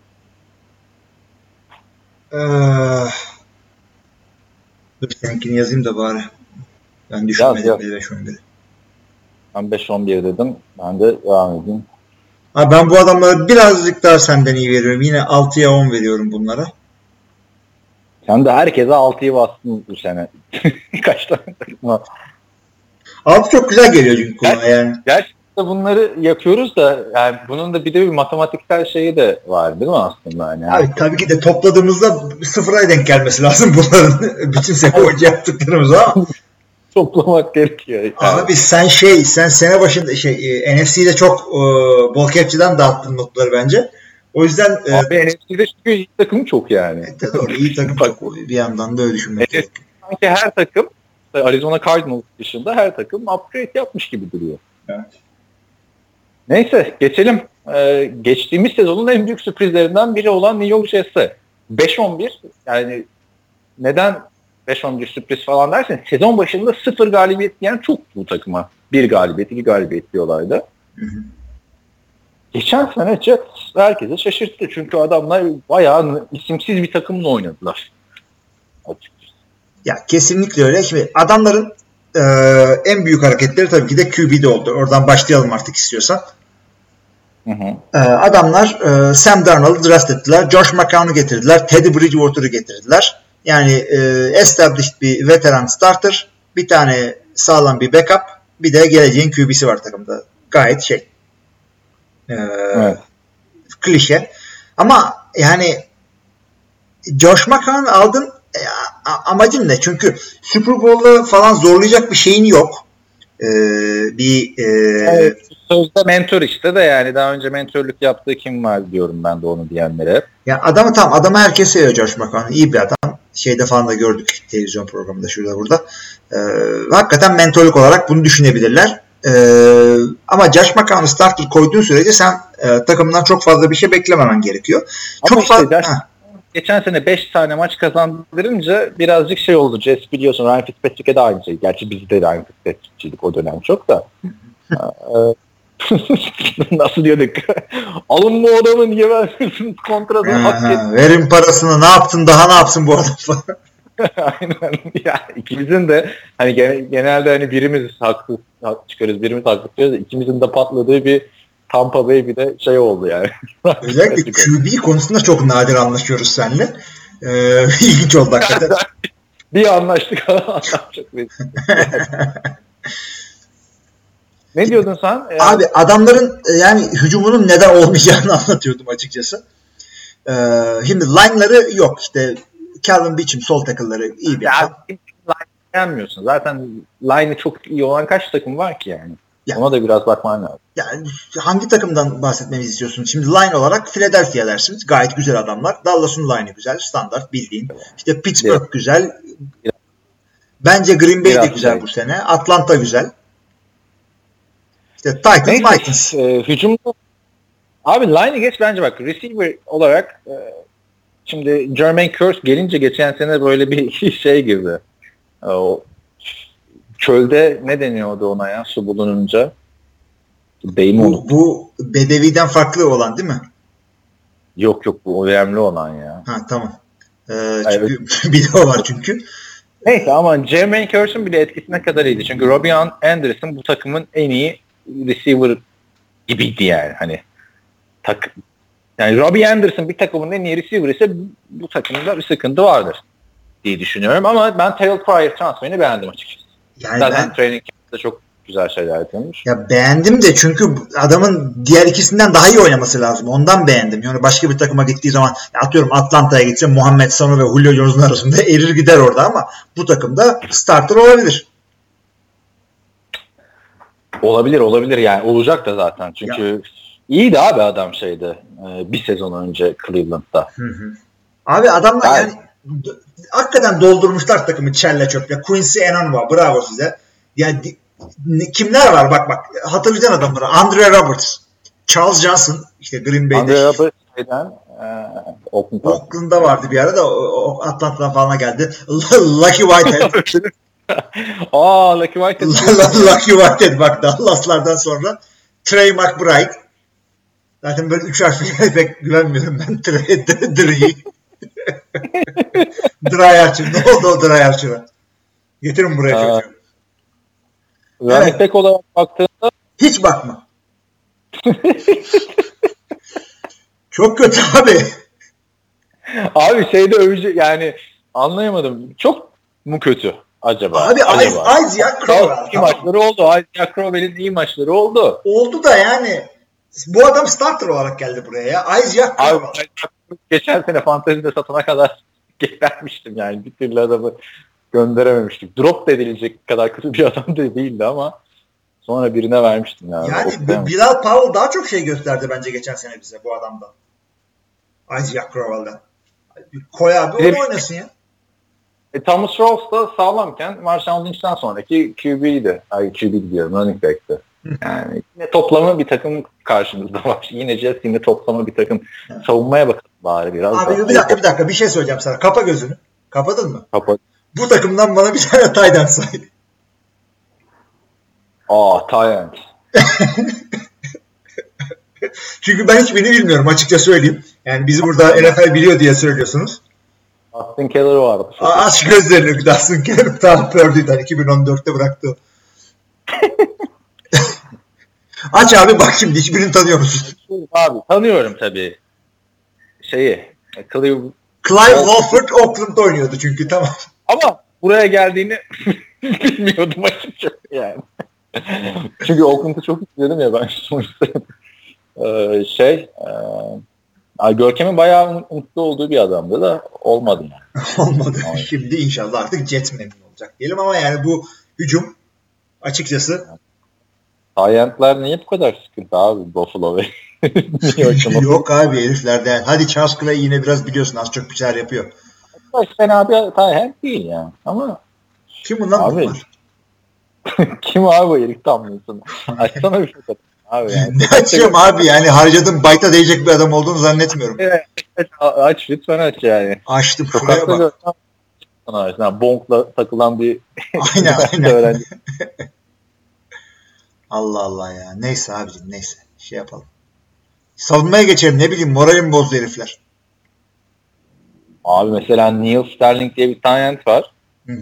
dur seninkini yazayım da bari. Ben düşünmedim 5-11'i. Ben 5-11 dedim. Ben de devam edeyim. Ha, ben bu adamlara birazcık daha senden iyi veriyorum. Yine 6'ya 10 veriyorum bunlara. Sen de herkese 6'yı bastın bu sene. Kaç tane takım 6 çok güzel geliyor çünkü kulağa yani. Gerçekten bunları yapıyoruz da yani bunun da bir de bir matematiksel şeyi de var değil mi aslında? Yani? Abi tabii ki de topladığımızda sıfıra denk gelmesi lazım bunların. Bütün sene boyunca yaptıklarımız ama. Toplamak gerekiyor. Yani. Abi sen sene başında NFC'de çok bol kepçeden dağıttın notları bence. O yüzden abi NFC'de çünkü iyi takım çok yani. Doğru, iyi takım çok bir yandan da öyle düşünmek gerekiyor. Sanki her takım Arizona Cardinals dışında her takım upgrade yapmış gibi duruyor. Evet. Neyse geçelim. Geçtiğimiz sezonun en büyük sürprizlerinden biri olan New York Jets'e. 5-11 yani neden 5-11 sürpriz falan dersen sezon başında 0 galibiyet diyen çok bu takıma. 1 galibiyet, 2 galibiyet diyorlardı. Geçen sene Jets herkese şaşırttı. Çünkü adamlar bayağı isimsiz bir takımla oynadılar. Açıkçası. Ya kesinlikle öyle. Şimdi adamların en büyük hareketleri tabii ki de QB'de oldu. Oradan başlayalım artık istiyorsan. Adamlar Sam Darnold'u draft ettiler. Josh McCown'u getirdiler. Teddy Bridgewater'ı getirdiler. Yani established bir veteran starter, bir tane sağlam bir backup, bir de geleceğin QB'si var takımda. Gayet evet. Klişe. Ama yani Josh McCown'u aldın amacın ne? Çünkü Super Bowl'da falan zorlayacak bir şeyin yok. Evet, sözde mentor işte de yani daha önce mentörlük yaptığı kim var diyorum ben de onu diyenlere. Ya adamı herkes seviyor Josh McCown. İyi bir adam. Şeyde falan da gördük televizyon programında şurada burada. Hakikaten mentorluk olarak bunu düşünebilirler. Ama Josh McCown'u starter koyduğun sürece sen takımdan çok fazla bir şey beklememen gerekiyor. Ama çok işte fazla. Geçen sene 5 tane maç kazandırınca birazcık şey oldu. Jets biliyorsun Ryan Fitzpatrick'e de aynı şey. Gerçi biz de Ryan Fitzpatrick'çiydik o dönem çok da. Nasıl diyorduk? Alın bu adamı niye vermiyorsunuz kontratını hak etti. Verin parasını ne yaptın daha ne yapsın bu adam falan. Aynen. Ya, ikimizin de hani genelde hani birimiz haklı çıkarız birimiz haklı çıkarız. İkimizin de patladığı bir Tampa Bay bir de şey oldu yani. Özellikle QB konusunda çok nadir anlaşıyoruz seninle. İlginç oldu hakikaten. Bir anlaştık adam çok Ne diyordun sen? Abi adamların yani hücumunun neden olmayacağını anlatıyordum açıkçası. Şimdi line'ları yok işte Calvin Beachum sol tackle'ları iyi bir adam. Line beğenmiyorsun. Zaten line'ı çok iyi olan kaç takım var ki yani? Ya, ona da biraz bakman lazım. Yani hangi takımdan bahsetmemizi istiyorsun? Şimdi line olarak Philadelphia dersiniz. Gayet güzel adamlar. Dallas'ın line'ı güzel. Standart bildiğin. İşte Pittsburgh güzel. Bence Green Bay de güzel bu sene. Atlanta güzel. İşte Titans. Hücumda abi line'ı geç bence bak. Receiver olarak şimdi Jermaine Kearse gelince geçen sene böyle bir şey girdi. O çölde ne deniyordu ona ya su bulununca? Bu Bedevi'den farklı olan değil mi? Yok bu önemli olan ya. Ha tamam. Çünkü bir de o var çünkü. Neyse ama Jermaine Kearse'ın bile etkisi ne kadar iyiydi. Çünkü Robbie Anderson bu takımın en iyi receiver gibiydi yani. Hani yani Robbie Anderson bir takımın en iyi receiver ise bu takımda bir sıkıntı vardır diye düşünüyorum. Ama ben Terrell Pryor transferini beğendim açıkçası. Yani zaten training camp'te çok güzel şeyler yapılmış. Ya beğendim de çünkü adamın diğer ikisinden daha iyi oynaması lazım. Ondan beğendim. Yani başka bir takıma gittiği zaman atıyorum Atlanta'ya gitse Muhammed Sanu ve Julio Jones'un arasında erir gider orada ama bu takımda starter olabilir. Olabilir yani. Olacak da zaten. Çünkü iyiydi abi adam şeyde. Bir sezon önce Cleveland'da. Abi adamlar yani hakikaten doldurmuşlar takımı çelle çöple. Quincy Enunwa, bravo size. Yani kimler var bak hatırlayacaksın adamları. Andre Roberts, Charles Johnson, işte Green Bay'de. Andre Roberts Oakland'da vardı bir ara da Atlanta'dan falan geldi. Lucky Whitehead. Lucky Whitehead. Lucky Whitehead bak Dallas'lardan sonra. Trey McBride. Zaten böyle 3 harfle pek güvenmiyorum ben. Dryarcher. Ne oldu o Dryarcher'a? Getirin buraya çocuğu. Yani evet. Pek olarak baktığında hiç bakma. Çok kötü abi. Abi şeyde övücü yani anlayamadım. Çok mu kötü acaba? Abi Isaiah Crowell. İyi maçları oldu. Isaiah Crowell'in iyi maçları oldu. Oldu da yani bu adam starter olarak geldi buraya ya. Isaiah Crowell. Abi geçen sene fantezide satana kadar vermiştim yani. Bir türlü adamı gönderememiştik. Drop da edilecek kadar kötü bir adam da değildi ama sonra birine vermiştim yani. Yani Bilal Powell daha çok şey gösterdi bence geçen sene bize bu adamdan. Isaiah Crowell'dan. Koy abi onu oynasın ya. Thomas Rawls da sağlamken Marshawn Lynch'ten sonraki QB'ydi. QB diyorum, running back'ti. Yani yine toplamı bir takım karşımızda var. Yine Jets yine toplama bir takım. Savunmaya bakalım bari biraz. Abi bir dakika bir şey söyleyeceğim sana. Kapa gözünü. Kapadın mı? Kapat. Bu takımdan bana bir tane tight end say. Tight end. Çünkü ben hiçbirini bilmiyorum açıkça söyleyeyim. Yani bizi burada NFL biliyor diye söylüyorsunuz. Austin Keller vardı. Aç gözlerini. Austin Keller tam Purdue'dan 2014'te bıraktı. Aç abi bak şimdi hiçbirini tanıyor musun? Abi tanıyorum tabii. Clive Walford Oakland'da oynuyordu çünkü tamam. Ama buraya geldiğini bilmiyordum açıkçası yani. Çünkü Oakland'ı çok izledim ya ben sonuçta. Görkem'in bayağı mutlu olduğu bir adamdı da olmadı yani. Olmadı. Şimdi inşallah artık Jets memnun olacak diyelim ama yani bu hücum açıkçası Tayyentler niye bu kadar sıkıntı abi Buffalo ve yok abi heriflerden. Hadi Charles Clay yine biraz biliyorsun az çok bir şeyler yapıyor. Fena bir Tayyent değil ya ama kim bundan abi kim abi bu Erik Tomlinson? Açsana bir şey abi yani. Ne açıyorum abi yani harcadım bayta değecek bir adam olduğunu zannetmiyorum. Evet, aç lütfen aç yani. Açtım şuraya bak. Yani bonkla takılan bir aynen. öğrenci. Allah Allah ya. Neyse abicim neyse. Şey yapalım. Savunmaya geçelim. Ne bileyim moralim bozdu herifler. Abi mesela Neil Sterling diye bir talent var. Hı.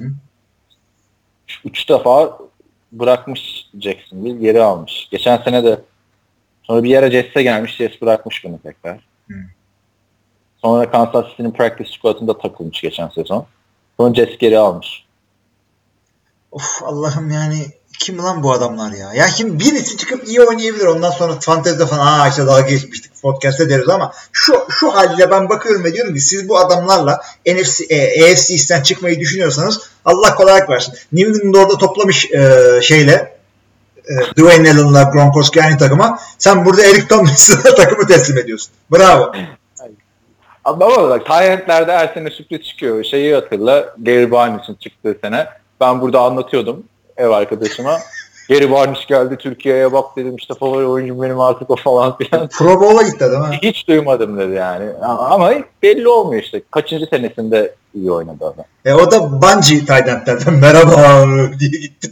3 defa bırakmış Jacksonville geri almış. Geçen sene de sonra bir yere Jets'e gelmiş. Jets bırakmış bunu tekrar. Hı. Sonra Kansas City'nin practice squad'ında takılmış geçen sezon. Sonra Jets geri almış. Of Allah'ım yani kim lan bu adamlar ya? Ya şimdi birisi çıkıp iyi oynayabilir. Ondan sonra fantezide falan işte dalga geçmiştik podcast'te deriz ama şu haliyle ben bakıyorum ve diyorum ki siz bu adamlarla AFC East'ten çıkmayı düşünüyorsanız Allah kolaylık versin. New England orada toplamış Dwayne Allen'la Gronkowski aynı takıma. Sen burada Eric Tomlinson'a takımı teslim ediyorsun. Bravo. Ama bak Tyrant'lerde her sene sürpriz çıkıyor. Şeyi hatırla Gary Barnes'ın çıktığı sene. Ben burada anlatıyordum ev arkadaşıma. Gary Barnes geldi Türkiye'ye bak dedim işte favori oyuncum benim artık o falan filan. Pro Bowl'a gitti değil mi? Hiç duymadım dedi yani. Ama belli olmuyor işte. Kaçıncı senesinde iyi oynadı adam. O da Bungie Tyrant'lerden merhaba diye gitti.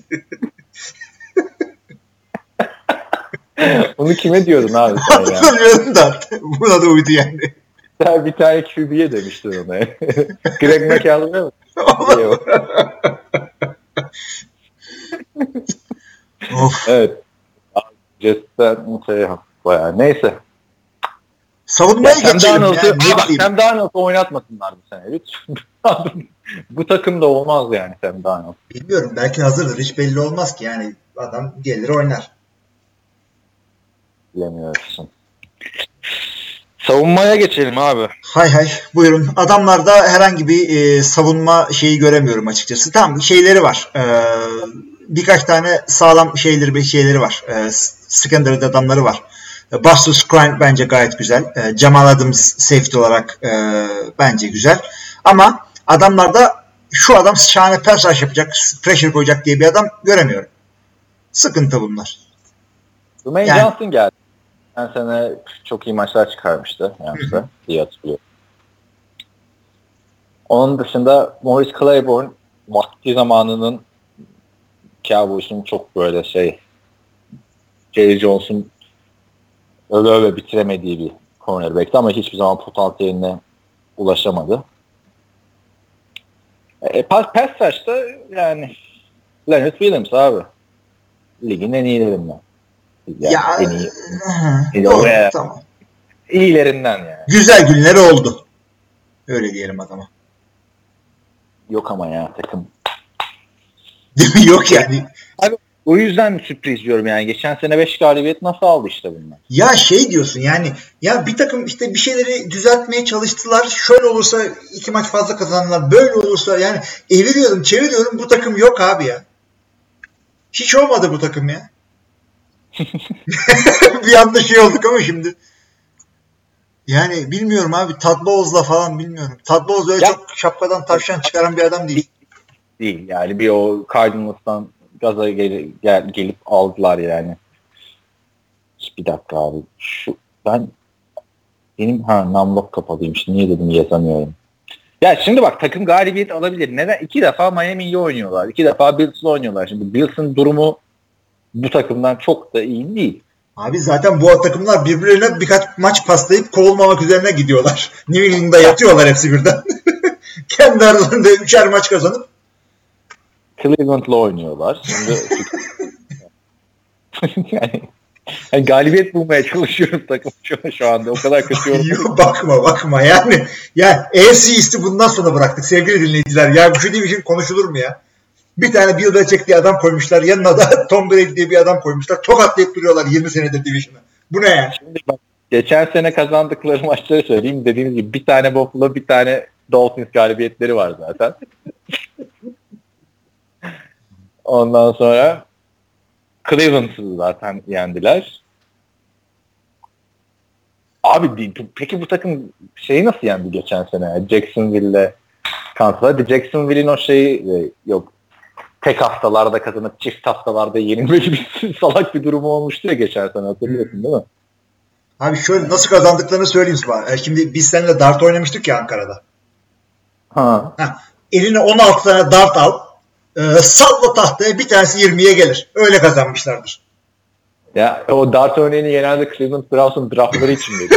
Onu kime diyordun abi sen ya? Hatırlamıyorum da buna da uydu yani. Bir tane QB'ye demiştin ona. Greg McElroy mu? Evet. Jets'ten bayağı. Neyse. Savunmaya geçelim. Sam Darnold'u oynatmasınlar bu sene. Lütfen. Bu takım da olmaz yani Sam Darnold. Bilmiyorum. Belki hazırdır. Hiç belli olmaz ki. Yani adam gelir oynar. Bilemiyorsun. Savunmaya geçelim abi. Hay buyurun. Adamlarda herhangi bir savunma şeyi göremiyorum açıkçası. Tamam şeyleri var. Birkaç tane sağlam şeyleri var. Secondary adamları var. Buster Skrine bence gayet güzel. Jamal Adams safety olarak bence güzel. Ama adamlarda şu adam şahane pass rush yapacak, pressure koyacak diye bir adam göremiyorum. Sıkıntı bunlar. Dwayne Johnson geldi. Ben sene çok iyi maçlar çıkarmıştı. Yani diye hatırlıyorum. Onun dışında Maurice Claiborne vakti zamanının Cowboys'un çok böyle Jerry Jones'un öyle bitiremediği bir cornerback'ti ama hiçbir zaman potansiyeline ulaşamadı. Pass rush'ta yani Leonard Williams abi. Ligin en iyilerinden. Yani tamam. İyilerinden yani. Güzel günleri oldu. Öyle diyelim adama. Yok ama ya takım. Yok yani. Abi, o yüzden sürpriz diyorum yani. Geçen sene 5 galibiyet nasıl aldı işte bunlar? Ya diyorsun yani ya bir takım işte bir şeyleri düzeltmeye çalıştılar. Şöyle olursa 2 maç fazla kazandılar. Böyle olursa yani eviriyorum çeviriyorum bu takım yok abi ya. Hiç olmadı bu takım ya. Bir anda olduk ama şimdi. Yani bilmiyorum abi. Todd Bowles'la falan bilmiyorum. Todd Bowles öyle çok şapkadan tavşan çıkaran bir adam değil. Değil yani bir o Cardinals'tan gaza gelip aldılar yani. Bir dakika abi. Benim numlock kapalıymış. Niye dedim yazamıyorum. Ya şimdi bak takım galibiyet alabilir. Neden? 2 defa Miami'yi oynuyorlar. 2 defa Bills'la oynuyorlar. Şimdi Bills'ın durumu bu takımdan çok da iyi değil. Abi zaten bu takımlar birbirlerine birkaç maç paslayıp kovulmamak üzerine gidiyorlar. New England'da yatıyorlar hepsi birden. Kendi aralarında 3'er maç kazanıp Cleveland'la oynuyorlar. Şimdi yani galibiyet bulmaya çalışıyorum takım şu anda. O kadar kötü yorum. Bakma yani. Ya AFC East'i bundan sonra bıraktık sevgili dinleyiciler. Ya şu division konuşulur mu ya? Bir tane Bill Belichick diye adam koymuşlar. Yanına da Tom Brady diye bir adam koymuşlar. Tokatlayıp duruyorlar 20 senedir division'ı. Bu ne ya? Şimdi bak, geçen sene kazandıkları maçları söyleyeyim. Dediğiniz gibi bir tane Buffalo, bir tane Dolphins galibiyetleri var zaten. Ondan sonra Cleveland'ı zaten yendiler. Abi peki bu takım nasıl yendi geçen sene? Jacksonville'le Kansas'la. Jacksonville'in o yok. Tek haftalarda kazanıp çift haftalarda yenilmeli bir salak bir durumu olmuştu ya geçen sene, hatırlıyorsun değil mi? Abi şöyle nasıl kazandıklarını söyleyeyim sana. Şimdi biz seninle dart oynamıştık ya Ankara'da. Eline 16 tane dart al. Salla tahtaya bir tanesi 20'ye gelir. Öyle kazanmışlardır. Ya o dart örneğini genelde Cleveland Browns'un draftları için miydi?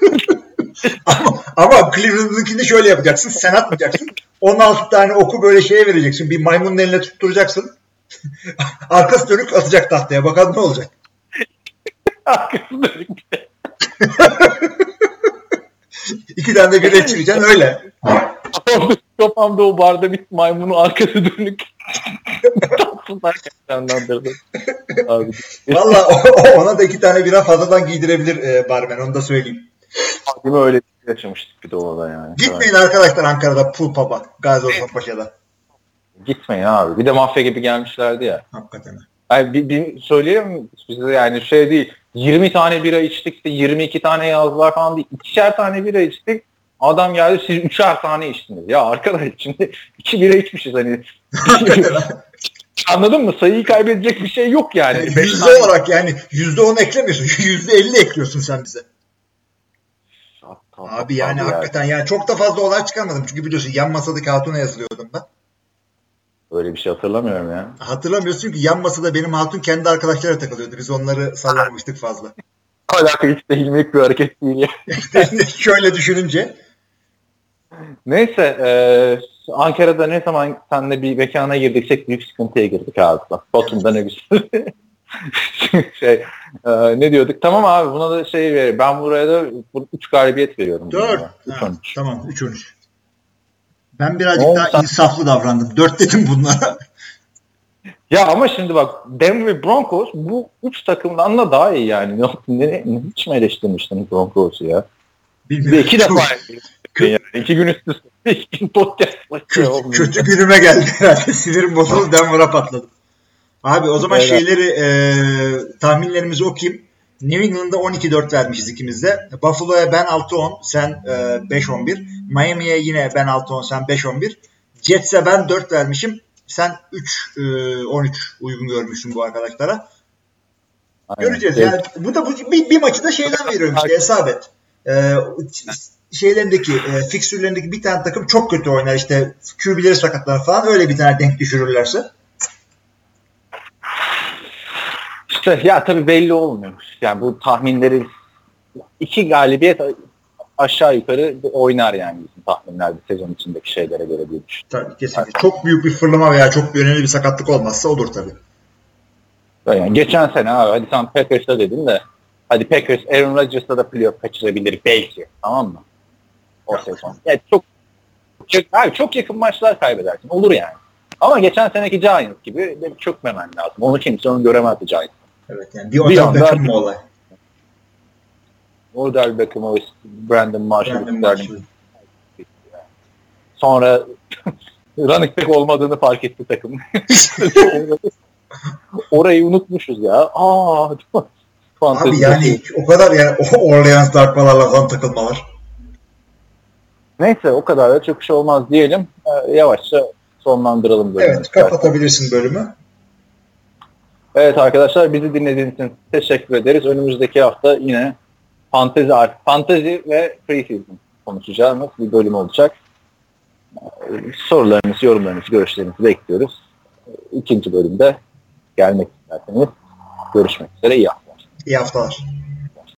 ama Cleveland'ınkini şöyle yapacaksın. Sen atmayacaksın. 16 tane oku böyle vereceksin. Bir maymunun eline tutturacaksın. Arkası dönük atacak tahtaya. Bakalım ne olacak. Arkası dönük. 2 tane de bire çıkacaksın öyle. Kafamda o barda bir maymunu arkası dönük. Tatsızlar canlandırdı. Valla ona da 2 tane bira fazladan giydirebilir barmen. Onu da söyleyeyim. Değil mi? Öyle bir şey yaşamıştık bir de orada yani. Gitmeyin arkadaşlar Ankara'da Pool Pub'a. Gazi Osman Paşa'da. Gitmeyin abi. Bir de mafya gibi gelmişlerdi ya. Hakikaten. Yani bir söyleyelim bize yani değil. 20 tane bira içtik de 22 tane yazdılar falan değil. 2'şer tane bira içtik. Adam geldi siz 3'er tane içtiniz. Ya arkadaş şimdi 2 bira içmişiz hani. Anladın mı? Sayıyı kaybedecek bir şey yok yani. Yüzde olarak yani %10 eklemiyorsun. %50 ekliyorsun sen bize. Abi yani hakikaten yani çok da fazla olay çıkarmadım. Çünkü biliyorsun yan masadaki hatuna yazılıyordum ben. Öyle bir şey hatırlamıyorum ya. Hatırlamıyorsun çünkü yan masada benim hatun kendi arkadaşlarıyla takılıyordu. Biz onları sallamamıştık fazla. Alaka hiç de ilmek bir hareket değil ya. Şöyle düşününce. Neyse Ankara'da ne zaman seninle bir mekana girdiksek büyük sıkıntıya girdik abi. Bak Batum'da ne güzel. Ne diyorduk? Tamam abi buna da ver. Ben buraya da 3 galibiyet veriyorum. 4. Tamam 3-13. Ben birazcık daha insaflı davrandım. 4 dedim bunlara. Ya ama şimdi bak Denver Broncos bu 3 takımdan da daha iyi yani. Hiç mi eleştirmiştin Broncos'u ya? Bilmiyorum. 2 defa yani. 2 gün üst üste 2 podcast. Kötü günüme geldi herhalde. Sinirim bozuldu. Denver'a patladım. Abi o zaman tahminlerimizi okuyayım. New England'a 12-4 vermişiz ikimiz de. Buffalo'ya ben 6-10, sen 5-11. Miami'ye yine ben 6-10, sen 5-11. Jets'e ben 4 vermişim. Sen 3-13 uygun görmüşsün bu arkadaşlara. Aynen. Göreceğiz. Yani bu da bir maçı da şeyden veriyorum işte hesap et. Şeylerindeki fiksürlerindeki bir tane takım çok kötü oynar işte QB'leri sakatlar falan, öyle bir tane denk düşürürlerse. İşte ya tabii belli olmuyor. Yani bu tahminleri 2 galibiyet aşağı yukarı oynar yani bizim tahminlerde sezon içindeki şeylere göre diye düşünüyorum. Tabii kesinlikle. Çok büyük bir fırlama veya çok önemli bir sakatlık olmazsa olur tabii. Yani geçen sene abi hadi sen Packers'da dedin de hadi Packers Aaron Rodgers'la da playoff kaçırabilir belki, tamam mı? O sezon. Yani çok yakın maçlar kaybedersin. Olur yani. Ama geçen seneki Giants gibi de çökmemen lazım. Onu kimse göremezdi Giants. Evet yani bir Odell Beckham mı olay? Odell Beckham, o Brandon Marshall. Sonra running back olmadığını fark etti takım. Orayı unutmuşuz ya. Abi yani o kadar yani Orleans darpalarla falan takılmalar. Neyse o kadar da çok şey olmaz diyelim. Yavaşça sonlandıralım bölümü. Evet, kapatabilirsin bölümü. Evet arkadaşlar, bizi dinlediğiniz için teşekkür ederiz. Önümüzdeki hafta yine fantezi ve preseason konuşacağımız bir bölüm olacak. Sorularınızı, yorumlarınızı, görüşlerinizi bekliyoruz. İkinci bölümde gelmek isterseniz görüşmek üzere. İyi haftalar. İyi haftalar.